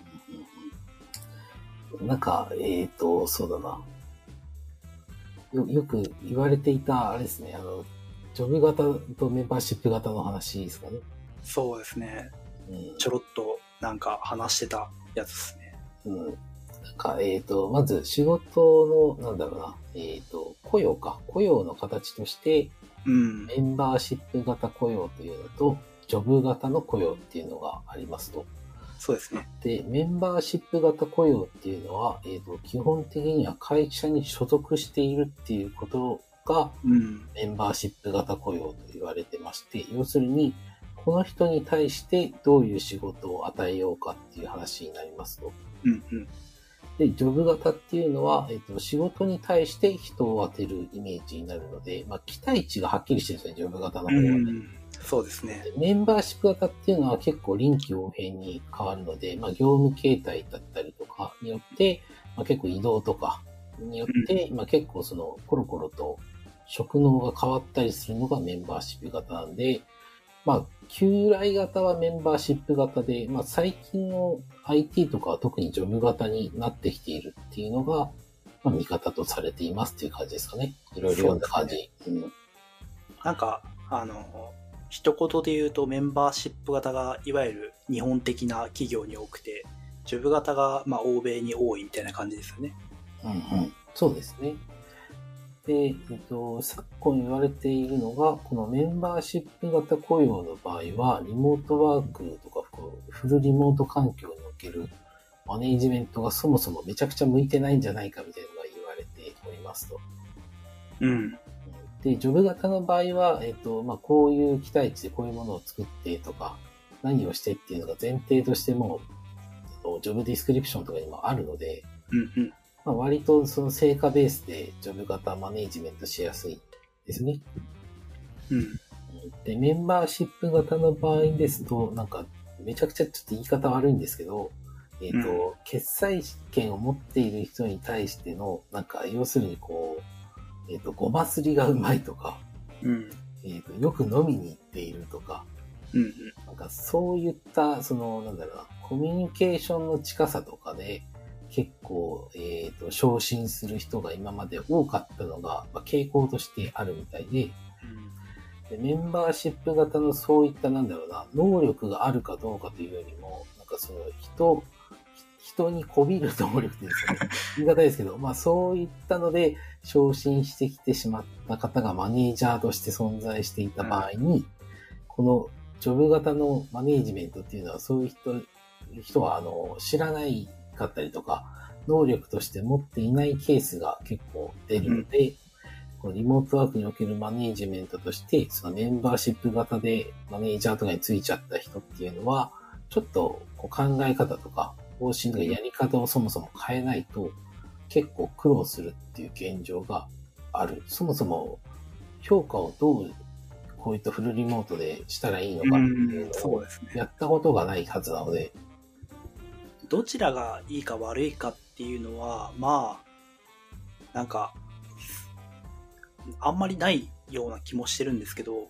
Speaker 3: なんか、そうだな。よく言われていた、あれですね、ジョブ型とメンバーシップ型の話ですかね。
Speaker 2: そうですね。ちょろっとなんか話してたやつですね。
Speaker 3: なんか、まず仕事の、雇用の形として、メンバーシップ型雇用というのと、ジョブ型の雇用っていうのがありますと。
Speaker 2: そうですね。
Speaker 3: で、メンバーシップ型雇用っていうのは、基本的には会社に所属しているっていうことが、メンバーシップ型雇用と言われてまして、要するに、この人に対してどういう仕事を与えようかっていう話になりますと。で、ジョブ型っていうのは、仕事に対して人を当てるイメージになるので、期待値がはっきりしてるんですね、ジョブ型の方はね。
Speaker 2: そうですね。
Speaker 3: メンバーシップ型っていうのは結構臨機応変に変わるので、業務形態だったりとかによって、結構移動とかによって、結構コロコロと職能が変わったりするのがメンバーシップ型なんで、旧来型はメンバーシップ型で、最近の IT とかは特にジョブ型になってきているっていうのが、見方とされていますっていう感じですかね。いろいろ読んだ感じ。
Speaker 2: なんか、一言で言うとメンバーシップ型がいわゆる日本的な企業に多くて、ジョブ型が欧米に多いみたいな感じですよね。
Speaker 3: そうですね。で、昨今言われているのが、このメンバーシップ型雇用の場合は、リモートワークとかフルリモート環境におけるマネージメントがそもそもめちゃくちゃ向いてないんじゃないかみたいなのが言われておりますと。で、ジョブ型の場合は、こういう期待値でこういうものを作ってとか、何をしてっていうのが前提としても、ジョブディスクリプションとかにもあるので、割とその成果ベースでジョブ型マネージメントしやすいですね。で、メンバーシップ型の場合ですと、めちゃくちゃちょっと言い方悪いんですけど、決済権を持っている人に対しての、要するにごますりがうまいとか、よく飲みに行っているとか、そういった、コミュニケーションの近さとかで、結構、昇進する人が今まで多かったのが、傾向としてあるみたいで、メンバーシップ型のそういった能力があるかどうかというよりも、人にこびる能力ですかね。言い方ですけど、そういったので昇進してきてしまった方がマネージャーとして存在していた場合に、このジョブ型のマネージメントっていうのはそういう人は知らないかったりとか、能力として持っていないケースが結構出るので、このリモートワークにおけるマネージメントとして、そのメンバーシップ型でマネージャーとかについちゃった人っていうのは、ちょっと考え方とか、方針とかやり方をそもそも変えないと、結構苦労するっていう現状がある。そもそも評価をどうこういったフルリモートでしたらいいのかっていうのをやったことがないはずなので、
Speaker 2: どちらがいいか悪いかっていうのは、あんまりないような気もしてるんですけど、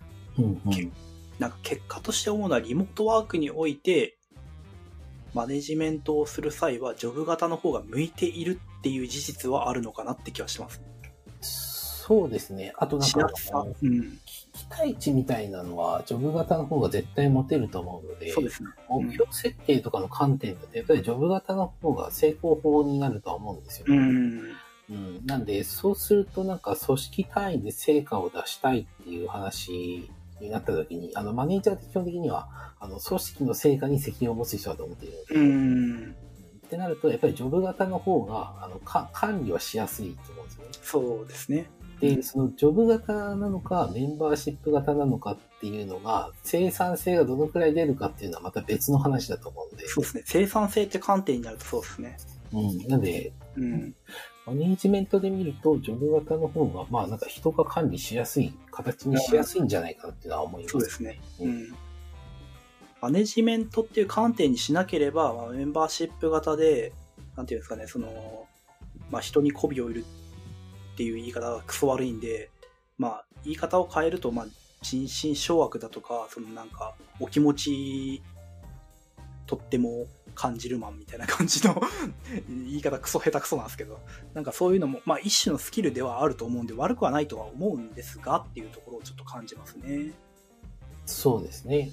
Speaker 2: 結果として思うのはリモートワークにおいて、マネジメントをする際はジョブ型の方が向いているっていう事実はあるのかなって気はしてます。
Speaker 3: そうですね。あと期待値みたいなのはジョブ型の方が絶対持てると思うので、
Speaker 2: そうですね。
Speaker 3: 目標設定とかの観点だとやっぱりジョブ型の方が成功法になるとは思うんですよね。なんでそうすると組織単位で成果を出したいっていう話になった時に、マネージャーって基本的には組織の成果に責任を持つ人だと思っているので、 ってなると、やっぱりジョブ型の方が、管理はしやすいと思うんですよね。
Speaker 2: そうですね。
Speaker 3: で、そのジョブ型なのか、メンバーシップ型なのかっていうのが、生産性がどのくらい出るかっていうのはまた別の話だと思うんで。
Speaker 2: そうですね。生産性って観点になるとそうですね。
Speaker 3: なんで、マネージメントで見ると、ジョブ型の方が、まあなんか人が管理しやすい、形にしやすいんじゃないかなっていうのは思います。
Speaker 2: そうですね。マネジメントっていう観点にしなければ、メンバーシップ型で、なんていうんですかね、人に媚びを売るっていう言い方がクソ悪いんで、言い方を変えると、人心掌握だとか、お気持ち、とっても感じるマンみたいな感じの言い方クソ下手くそなんですけど、そういうのも、一種のスキルではあると思うんで、悪くはないとは思うんですが、っていうところをちょっと感じますね。
Speaker 3: そうですね。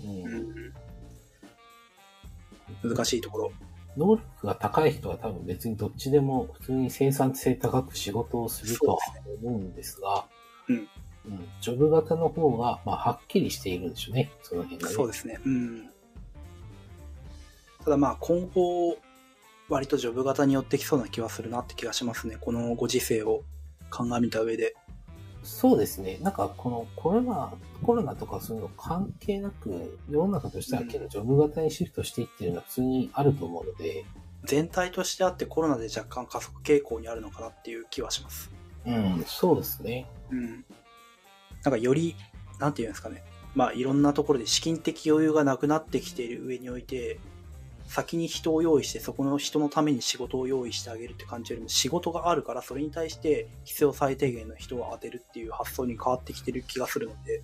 Speaker 2: 難しいところ。
Speaker 3: 能力が高い人は多分別にどっちでも普通に生産性高く仕事をするとは思うんですが、ジョブ型の方が、はっきりしているんでしょうね、その辺がね。
Speaker 2: そうですね。ただ今後、割とジョブ型に寄ってきそうな気はするなって気がしますね。このご時世を鑑みた上で。
Speaker 3: そうですね。このコロナとかそういうの関係なく、世の中としては結構ジョブ型にシフトしていってるのは普通にあると思うので。
Speaker 2: 全体としてあってコロナで若干加速傾向にあるのかなっていう気はします。
Speaker 3: そうですね。
Speaker 2: より、なんていうんですかね。いろんなところで資金的余裕がなくなってきている上において、先に人を用意してそこの人のために仕事を用意してあげるって感じよりも仕事があるからそれに対して必要最低限の人を当てるっていう発想に変わってきてる気がするので。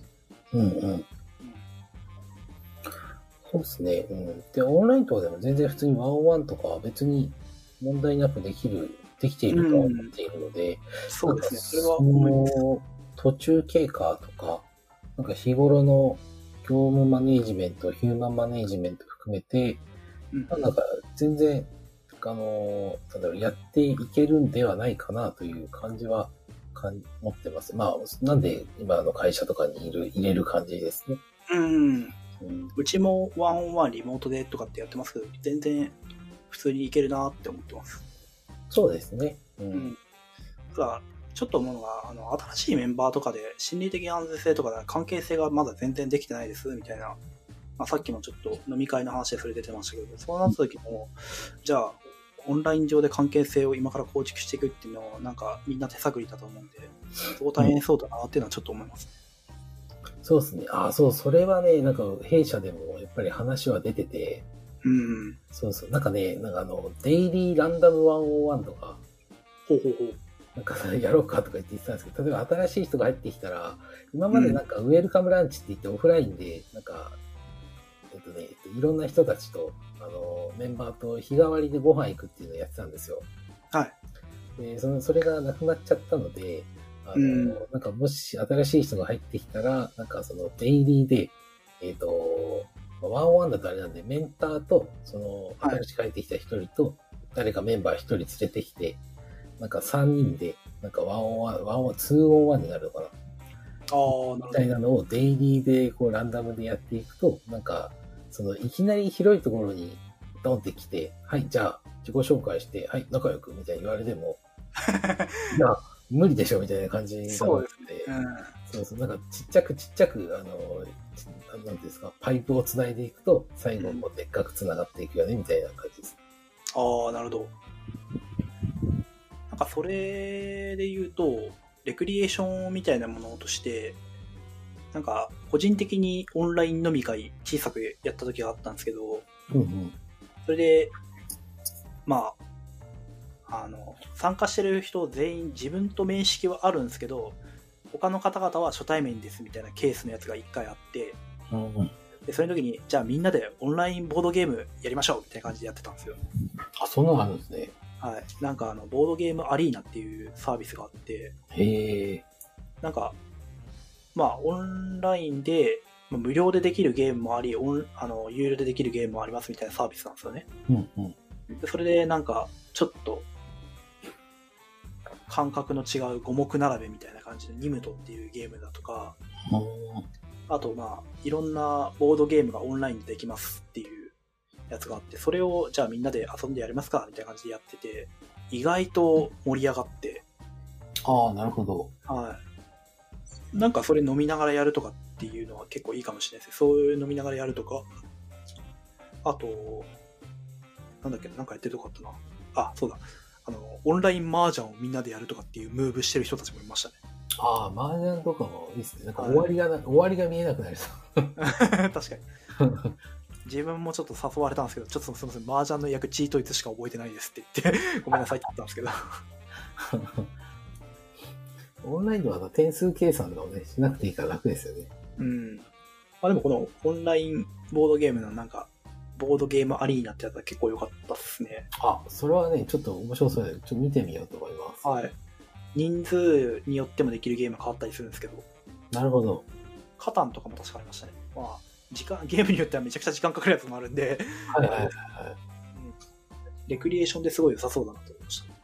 Speaker 3: そうですね。で、オンラインとかでも全然普通にワンオンワンとかは別に問題なくできているとは思っているので、
Speaker 2: そうですね。それは思います。
Speaker 3: 途中経過とか、日頃の業務マネージメント、ヒューマンマネージメント含めて、全然、やっていけるんではないかなという感じは持ってます。なんで今の会社とかに入れる感じですね。
Speaker 2: うちもワンオンワンリモートでとかってやってますけど、全然普通にいけるなって思ってます。
Speaker 3: そうですね。
Speaker 2: ただ、ちょっと思うのが、新しいメンバーとかで心理的安全性とかで関係性がまだ全然できてないですみたいな、さっきもちょっと飲み会の話でそれ出てましたけど、そうなった時も、じゃあ、オンライン上で関係性を今から構築していくっていうのをみんな手探りだと思うんで、そこ大変そうだなっていうのはちょっと思います。
Speaker 3: そうですね。それはね、弊社でもやっぱり話は出てて、そう。デイリーランダム101とか、やろうかとか言ってたんですけど、例えば新しい人が入ってきたら、今までウェルカムランチって言ってオフラインで、いろんな人たちと、メンバーと日替わりでご飯行くっていうのをやってたんですよ。で、それがなくなっちゃったので、もし新しい人が入ってきたら、デイリーで、ワンオンワンだとあれなんで、メンターと、新しく入ってきた一人と、誰かメンバー一人連れてきて、3人で、ワンオンワン、2オンワンになるのかな。みたいなのをデイリーでランダムでやっていくと、いきなり広いところにドンって来て、はい、じゃあ自己紹介して、はい、仲良くみたいに言われても、いや、無理でしょみたいな感じがあって、ちっちゃく、なんですか、パイプを繋いでいくと、最後もでっかく繋がっていくよね、みたいな感じです。
Speaker 2: なるほど。それで言うと、レクリエーションみたいなものとして、個人的にオンライン飲み会小さくやった時があったんですけど、それで、参加してる人全員自分と面識はあるんですけど、他の方々は初対面ですみたいなケースのやつが一回あって、でそれの時に、じゃあみんなでオンラインボードゲームやりましょうみたいな感じでやってたんですよ。
Speaker 3: そんなのあるんですね。
Speaker 2: はい。ボードゲームアリーナっていうサービスがあって、オンラインで、無料でできるゲームもあり、有料でできるゲームもありますみたいなサービスなんですよね。でそれでちょっと、感覚の違う五目並べみたいな感じでニムトっていうゲームだとか、あといろんなボードゲームがオンラインでできますっていうやつがあって、それをじゃあみんなで遊んでやりますかみたいな感じでやってて、意外と盛り上がって、
Speaker 3: ああ、なるほど。
Speaker 2: はい。なんかそれ飲みながらやるとかっていうのは結構いいかもしれないですね。そういう飲みながらやるとか、あと、なんだっけな、なんかやってるとこあったな。あ、そうだ。オンライン麻雀をみんなでやるとかっていうムーブしてる人たちもいましたね。
Speaker 3: ああ、麻雀とかもいいですね。なんか終わりが見えなくなりそう。
Speaker 2: 確かに。自分もちょっと誘われたんですけど、ちょっとすみません、麻雀の役チートイツしか覚えてないですって言って、ごめんなさいって言ったんですけど。
Speaker 3: オンラインでは点数計算とかをね、しなくていいから楽ですよね。
Speaker 2: うん。まあでもこのオンラインボードゲームのなんか、ボードゲームアリーナってやつは結構良かったっすね。
Speaker 3: あ、それはね、ちょっと面白そうで、ちょっと見てみようと思います。
Speaker 2: はい。人数によってもできるゲーム変わったりするんですけど。
Speaker 3: なるほど。
Speaker 2: カタンとかも確かありましたね。まあ、ゲームによってはめちゃくちゃ時間かかるやつもあるんで、
Speaker 3: はいはいはい。
Speaker 2: レクリエーションですごい良さそうだなと思いました。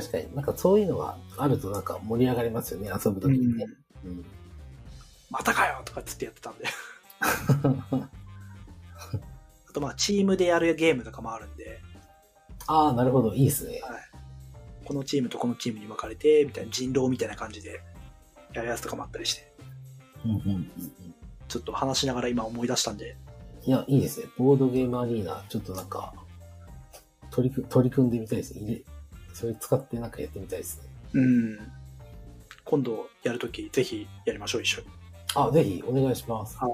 Speaker 3: 確かになんかそういうのがあるとなんか盛り上がりますよね、遊ぶときにね。
Speaker 2: またかよとかつってやってたんで。あとまあチームでやるゲームとかもあるんで。
Speaker 3: ああ、なるほど、いいですね。
Speaker 2: はい。このチームとこのチームに分かれて、みたいな人狼みたいな感じでやるやつとかもあったりして。ちょっと話しながら今思い出したんで。
Speaker 3: いや、いいですね。ボードゲームアリーナ、ちょっとなんか、取り組んでみたいですね。それ使ってなんかやってみたいですね。
Speaker 2: 今度やるとき、ぜひやりましょう、一緒に。
Speaker 3: あ、ぜひ、お願いします。
Speaker 2: はい。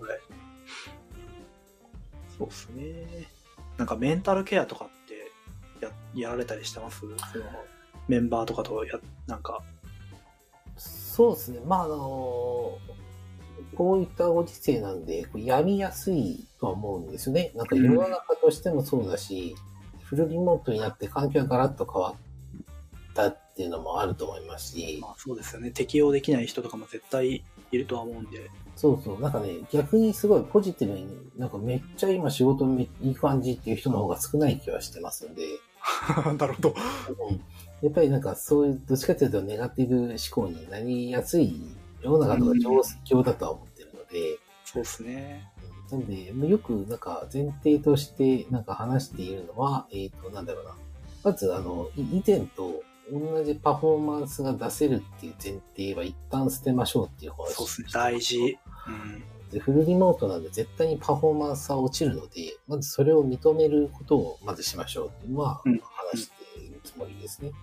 Speaker 2: そうですね。なんかメンタルケアとかってやられたりしてます？そのメンバーとかとなんか。
Speaker 3: そうですね。まあこういったご時世なんで、やりやすいとは思うんですよね。なんか世の中としてもそうだし、フルリモートになって環境がガラッと変わったっていうのもあると思いますし。
Speaker 2: まあそうですよね。適応できない人とかも絶対いるとは思うんで。
Speaker 3: そうそう。なんかね、逆にすごいポジティブに、なんかめっちゃ今仕事いい感じっていう人の方が少ない気はしてますんで。
Speaker 2: なるほど。
Speaker 3: やっぱりなんかそういう、どっちかというとネガティブ思考になりやすい世の中とか状況だとは思ってるので。
Speaker 2: そうですね。
Speaker 3: なんで、よくなんか前提としてなんか話しているのは、なんだろうな。まず以前と同じパフォーマンスが出せるっていう前提は一旦捨てましょうっていう話。
Speaker 2: そうですね。大事。
Speaker 3: でフルリモートなんで絶対にパフォーマンスは落ちるので、まずそれを認めることをまずしましょうっていうのは話しているつもりですね。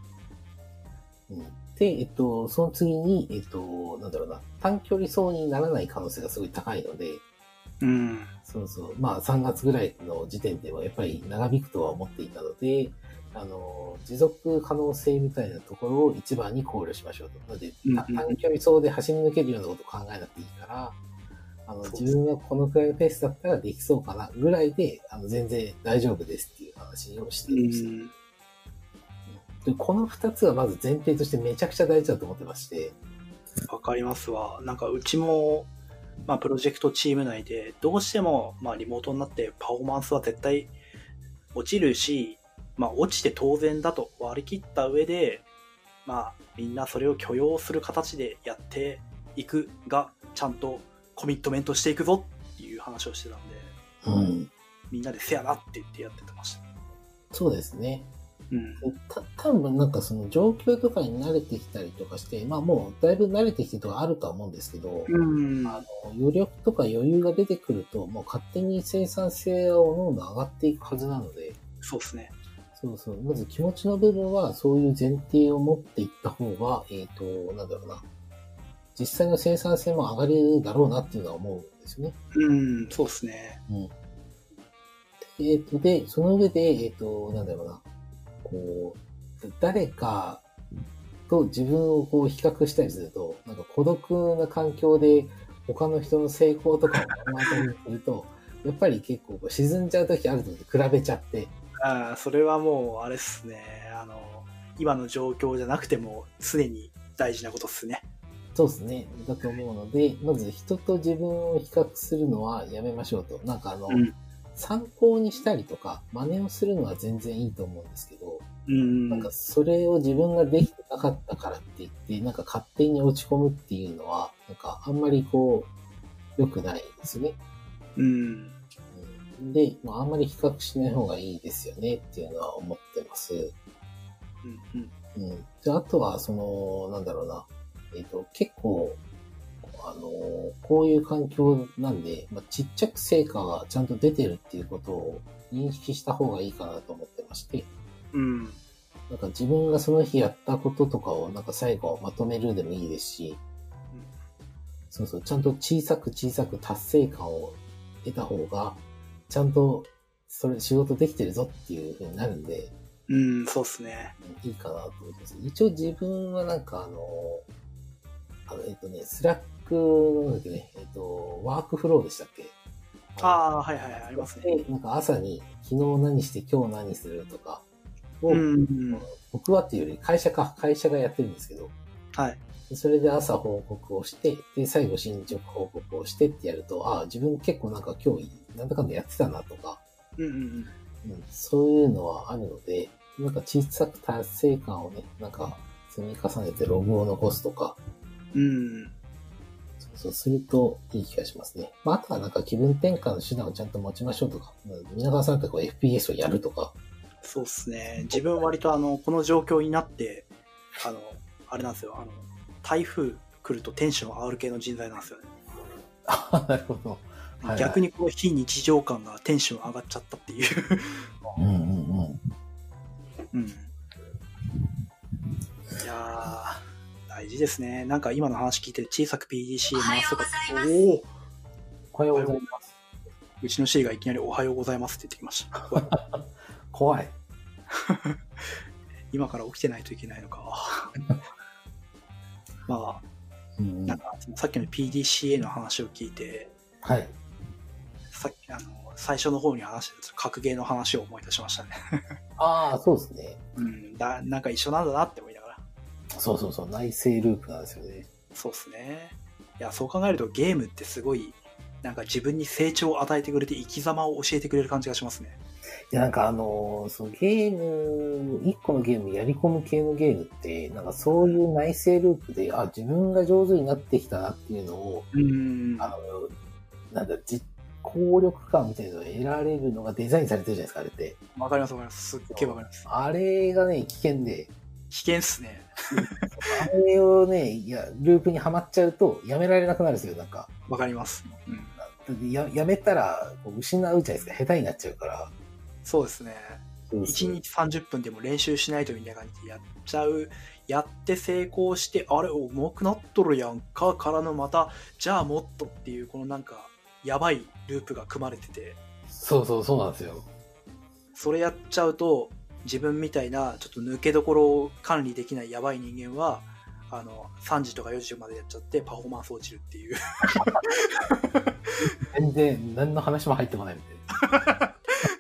Speaker 3: で、その次に、なんだろうな、短距離走にならない可能性がすごい高いので、そうそう。まあ3月ぐらいの時点ではやっぱり長引くとは思っていたので、持続可能性みたいなところを一番に考慮しましょうと。なので、短距離走で走り抜けるようなことを考えなくていいから、自分はこのくらいのペースだったらできそうかなぐらいで、全然大丈夫ですっていう話をしていました。で、この二つはまず前提としてめちゃくちゃ大事だと思ってまして。
Speaker 2: わかりますわ。なんかうちも、まあプロジェクトチーム内でどうしてもまあリモートになってパフォーマンスは絶対落ちるし、まあ落ちて当然だと割り切った上で、まあみんなそれを許容する形でやっていくが、ちゃんとコミットメントしていくぞっていう話をしてたんで、みんなでせやなって言ってやってました。
Speaker 3: そうですね。多分なんかその状況とかに慣れてきたりとかして、まあもうだいぶ慣れてきてるとかあるとは思うんですけど、余力とか余裕が出てくると、もう勝手に生産性はおのおの上がっていくはずなので。
Speaker 2: そうですね。
Speaker 3: そうそう。まず気持ちの部分はそういう前提を持っていった方が、なんだろうな。実際の生産性も上がるだろうなっていうのは思うんですよね。
Speaker 2: そうですね。
Speaker 3: で、その上で、なんだろうな。こう、誰かと自分をこう比較したりすると、なんか孤独な環境で他の人の成功とかを目の当たりにすると、やっぱり結構沈んじゃう時あるので比べちゃって。
Speaker 2: それはもう、あれっすね。今の状況じゃなくても常に大事なことっすね。
Speaker 3: そうですね。だと思うので、まず人と自分を比較するのはやめましょうと。なんか参考にしたりとか、真似をするのは全然いいと思うんですけど、なんかそれを自分ができてなかったからって言って、なんか勝手に落ち込むっていうのは、なんかあんまりこう、良くないですね。 で、まあ、あんまり比較しない方がいいですよねっていうのは思ってます。で、あとは、なんだろうな。結構、こういう環境なんで、まあ、ちっちゃく成果がちゃんと出てるっていうことを認識した方がいいかなと思ってまして。なんか自分がその日やったこととかをなんか最後まとめるでもいいですし、そうそう、ちゃんと小さく達成感を得た方が、ちゃんと仕事できてるぞっていう風になるんで、
Speaker 2: そうっすね。
Speaker 3: いいかなと思います。一応自分はなんかスラックのなんだっけね、ワークフローでしたっけ？
Speaker 2: はい、ありますね。
Speaker 3: なんか朝に昨日何して今日何するとかを、僕はっていうより会社がやってるんですけど、
Speaker 2: はい。
Speaker 3: それで朝報告をして、で、最後進捗報告をしてってやると、自分結構なんか今日なんだかんだやってたなとか、そういうのはあるので、なんか小さく達成感をね、なんか積み重ねてログを残すとか、そうするといい気がしますね。まあ、あとはなんか気分転換の手段をちゃんと持ちましょうとか、皆川さんってこう FPS をやるとか。
Speaker 2: そうっすね。自分割とこの状況になって、あれなんですよ。台風来るとテンション上がる系の人材なんですよね。
Speaker 3: なるほど。
Speaker 2: 逆にこう非日常感がテンション上がっちゃったっていう。いやー、大事ですね。なんか今の話聞いて小さく PDCA 回すとか。
Speaker 3: おはようございます。
Speaker 2: うちの C がいきなりおはようございますって言ってきました。
Speaker 3: 怖い。
Speaker 2: 今から起きてないといけないのか。まあ、なんかさっきの PDCA の話を聞いて、
Speaker 3: はい。
Speaker 2: さっき最初の方に話してた格ゲーの話を思い出しましたね。
Speaker 3: そうですね。
Speaker 2: なんか一緒なんだなって思いながら。
Speaker 3: そう、内製ループなんですよね。
Speaker 2: そうっすね。いや、そう考えるとゲームってすごい、なんか自分に成長を与えてくれて生き様を教えてくれる感じがしますね。
Speaker 3: いや、なんかそのゲーム、一個のゲームやり込む系のゲームって、なんかそういう内製ループで、自分が上手になってきたなっていうのを、効力感みたいなのを得られるのがデザインされてるじゃないですか、あれって。
Speaker 2: わかります。すっげえわかります。
Speaker 3: あれがね、危険で。
Speaker 2: 危険っすね。
Speaker 3: あれをね、ループにはまっちゃうと、やめられなくなるんですよ、なんか。
Speaker 2: わかります。
Speaker 3: やめたら、失うじゃないですか、下手になっちゃうから。
Speaker 2: そうですね。1日30分でも練習しないとみたいな感じでやっちゃう。やって成功して、あれ、重くなっとるやんか、からのまた、じゃあもっとっていう、このなんか、やばいループが組まれてて。
Speaker 3: そうなんですよ。
Speaker 2: それやっちゃうと、自分みたいな、ちょっと抜けどころを管理できないやばい人間は、3時とか4時までやっちゃってパフォーマンス落ちるっていう。
Speaker 3: 全然、何の話も入ってこないみたいな。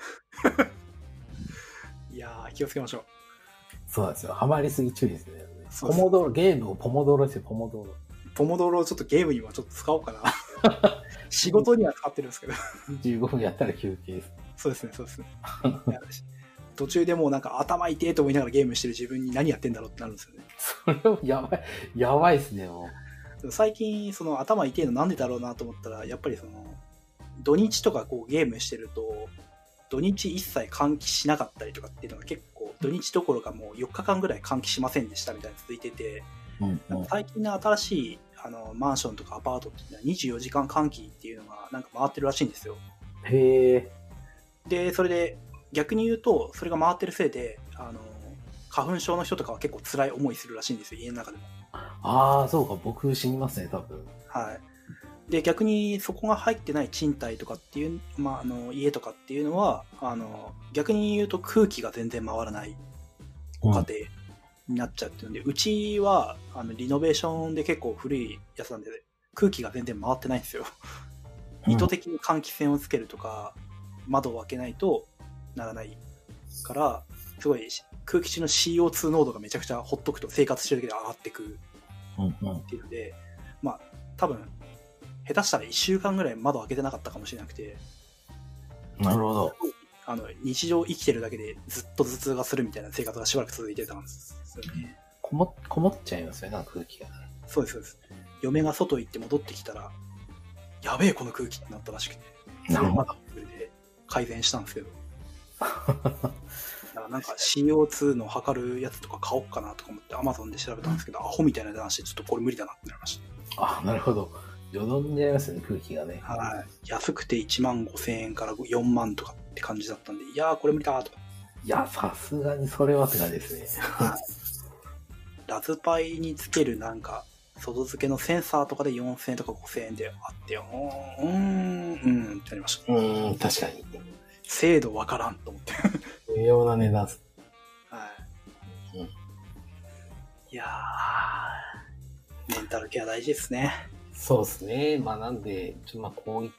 Speaker 2: いやー、気をつけましょう。
Speaker 3: そうなんですよ。ハマりすぎ注意ですね。ゲームをポモドーロですよ、ポモドーロ。
Speaker 2: ポモドーロをちょっとゲームにはちょっと使おうかな。仕事には使ってるんですけど。
Speaker 3: 15分やったら休憩です。
Speaker 2: そうですね。途中でもうなんか頭痛いと思いながらゲームしてる自分に何やってんだろうってなるんですよね。
Speaker 3: それもやばいですね、も
Speaker 2: う。最近、その頭痛いのなんでだろうなと思ったら、やっぱりその、土日とかこうゲームしてると、土日一切換気しなかったりとかっていうのが結構、土日どころかもう4日間ぐらい換気しませんでしたみたいなの続いてて、最近の新しいマンションとかアパートっていうのは24時間換気っていうのがなんか回ってるらしいんですよ。
Speaker 3: へえ。
Speaker 2: で、それで逆に言うと、それが回ってるせいで、花粉症の人とかは結構辛い思いするらしいんですよ、家の中でも。
Speaker 3: そうか、僕死にますね、多分。
Speaker 2: はい。で、逆にそこが入ってない賃貸とかっていう、家とかっていうのは、逆に言うと空気が全然回らないご家庭になっちゃってるんで、うちは、リノベーションで結構古いやつなんで、空気が全然回ってないんですよ。意図的に換気扇をつけるとか、窓を開けないとならないから、すごい空気中の CO2 濃度がめちゃくちゃほっとくと生活してるだけで上がってくっていうので、多分、下手したら1週間ぐらい窓開けてなかったかもしれなくて。
Speaker 3: なるほど。
Speaker 2: 日常生きてるだけでずっと頭痛がするみたいな生活がしばらく続いてたんですよね。こ
Speaker 3: もっちゃいますよね、空気がね。
Speaker 2: そうです。嫁が外行って戻ってきたら、やべえこの空気ってなったらしくて。
Speaker 3: なるほど。
Speaker 2: 改善したんですけど。なんか CO2 の測るやつとか買おうかなとか思って Amazon で調べたんですけど、アホみたいな値段してちょっとこれ無理だなってなりました。
Speaker 3: あ、なるほど。よどんじゃいますね、空気がね。
Speaker 2: はい。安くて15,000円から4万とかって感じだったんで、いやーこれ無理だーとか。
Speaker 3: いや、さすがにそれはって感じですね。
Speaker 2: ラズパイにつけるなんか、外付けのセンサーとかで4,000円とか5,000円であって、ってなりました。
Speaker 3: 確かに。
Speaker 2: 精度わからんと思って。
Speaker 3: 微妙な値段。はい。
Speaker 2: いやー、メンタルケア大事ですね。
Speaker 3: そうですね。まあなんで、こういった、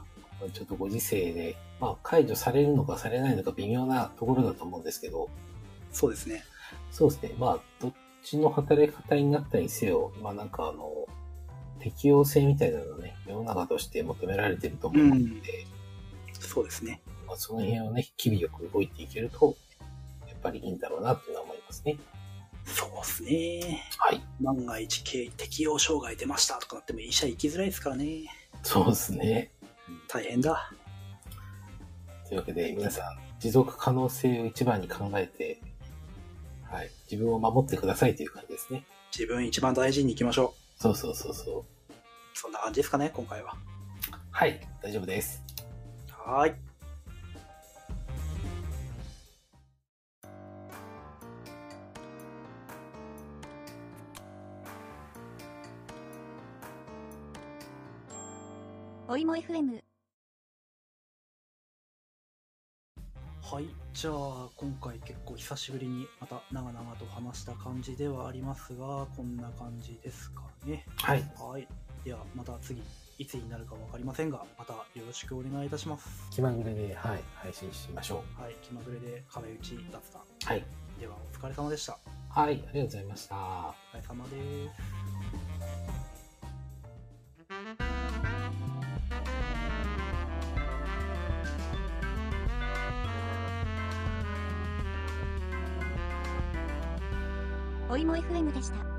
Speaker 3: ちょっとご時世で、解除されるのかされないのか微妙なところだと思うんですけど。
Speaker 2: そうですね。
Speaker 3: そうですね。どっちの働き方になったにせよ、適用性みたいなのね、世の中として求められていると思うので、
Speaker 2: そうですね。
Speaker 3: その辺をね、機微よく動いていけると、やっぱりいいんだろうなっていうのは思いますね。
Speaker 2: そうですね。
Speaker 3: はい。
Speaker 2: 万が一適応障害出ましたとかなっても医者行きづらいですからね。
Speaker 3: そうですね。
Speaker 2: 大変だ。
Speaker 3: というわけで皆さん、持続可能性を一番に考えて、はい、自分を守ってくださいという感じですね。
Speaker 2: 自分一番大事に行きましょ
Speaker 3: う。そう。そ
Speaker 2: んな感じですかね、今回は。
Speaker 3: はい、大丈夫です。
Speaker 2: はい。
Speaker 1: おいも FM。
Speaker 2: はい、じゃあ今回結構久しぶりにまた長々と話した感じではありますが、こんな感じですかね。
Speaker 3: はい。
Speaker 2: はい。ではまた次いつになるか分かりませんが、またよろしくお願いいたします。
Speaker 3: 気まぐれで、はい、配信しましょ
Speaker 2: う。はい、気まぐれで壁打ち雑談。
Speaker 3: はい。
Speaker 2: ではお疲れ様でした。
Speaker 3: はい、ありがとうございました。
Speaker 2: お疲れ様です。
Speaker 1: おいも FM でした。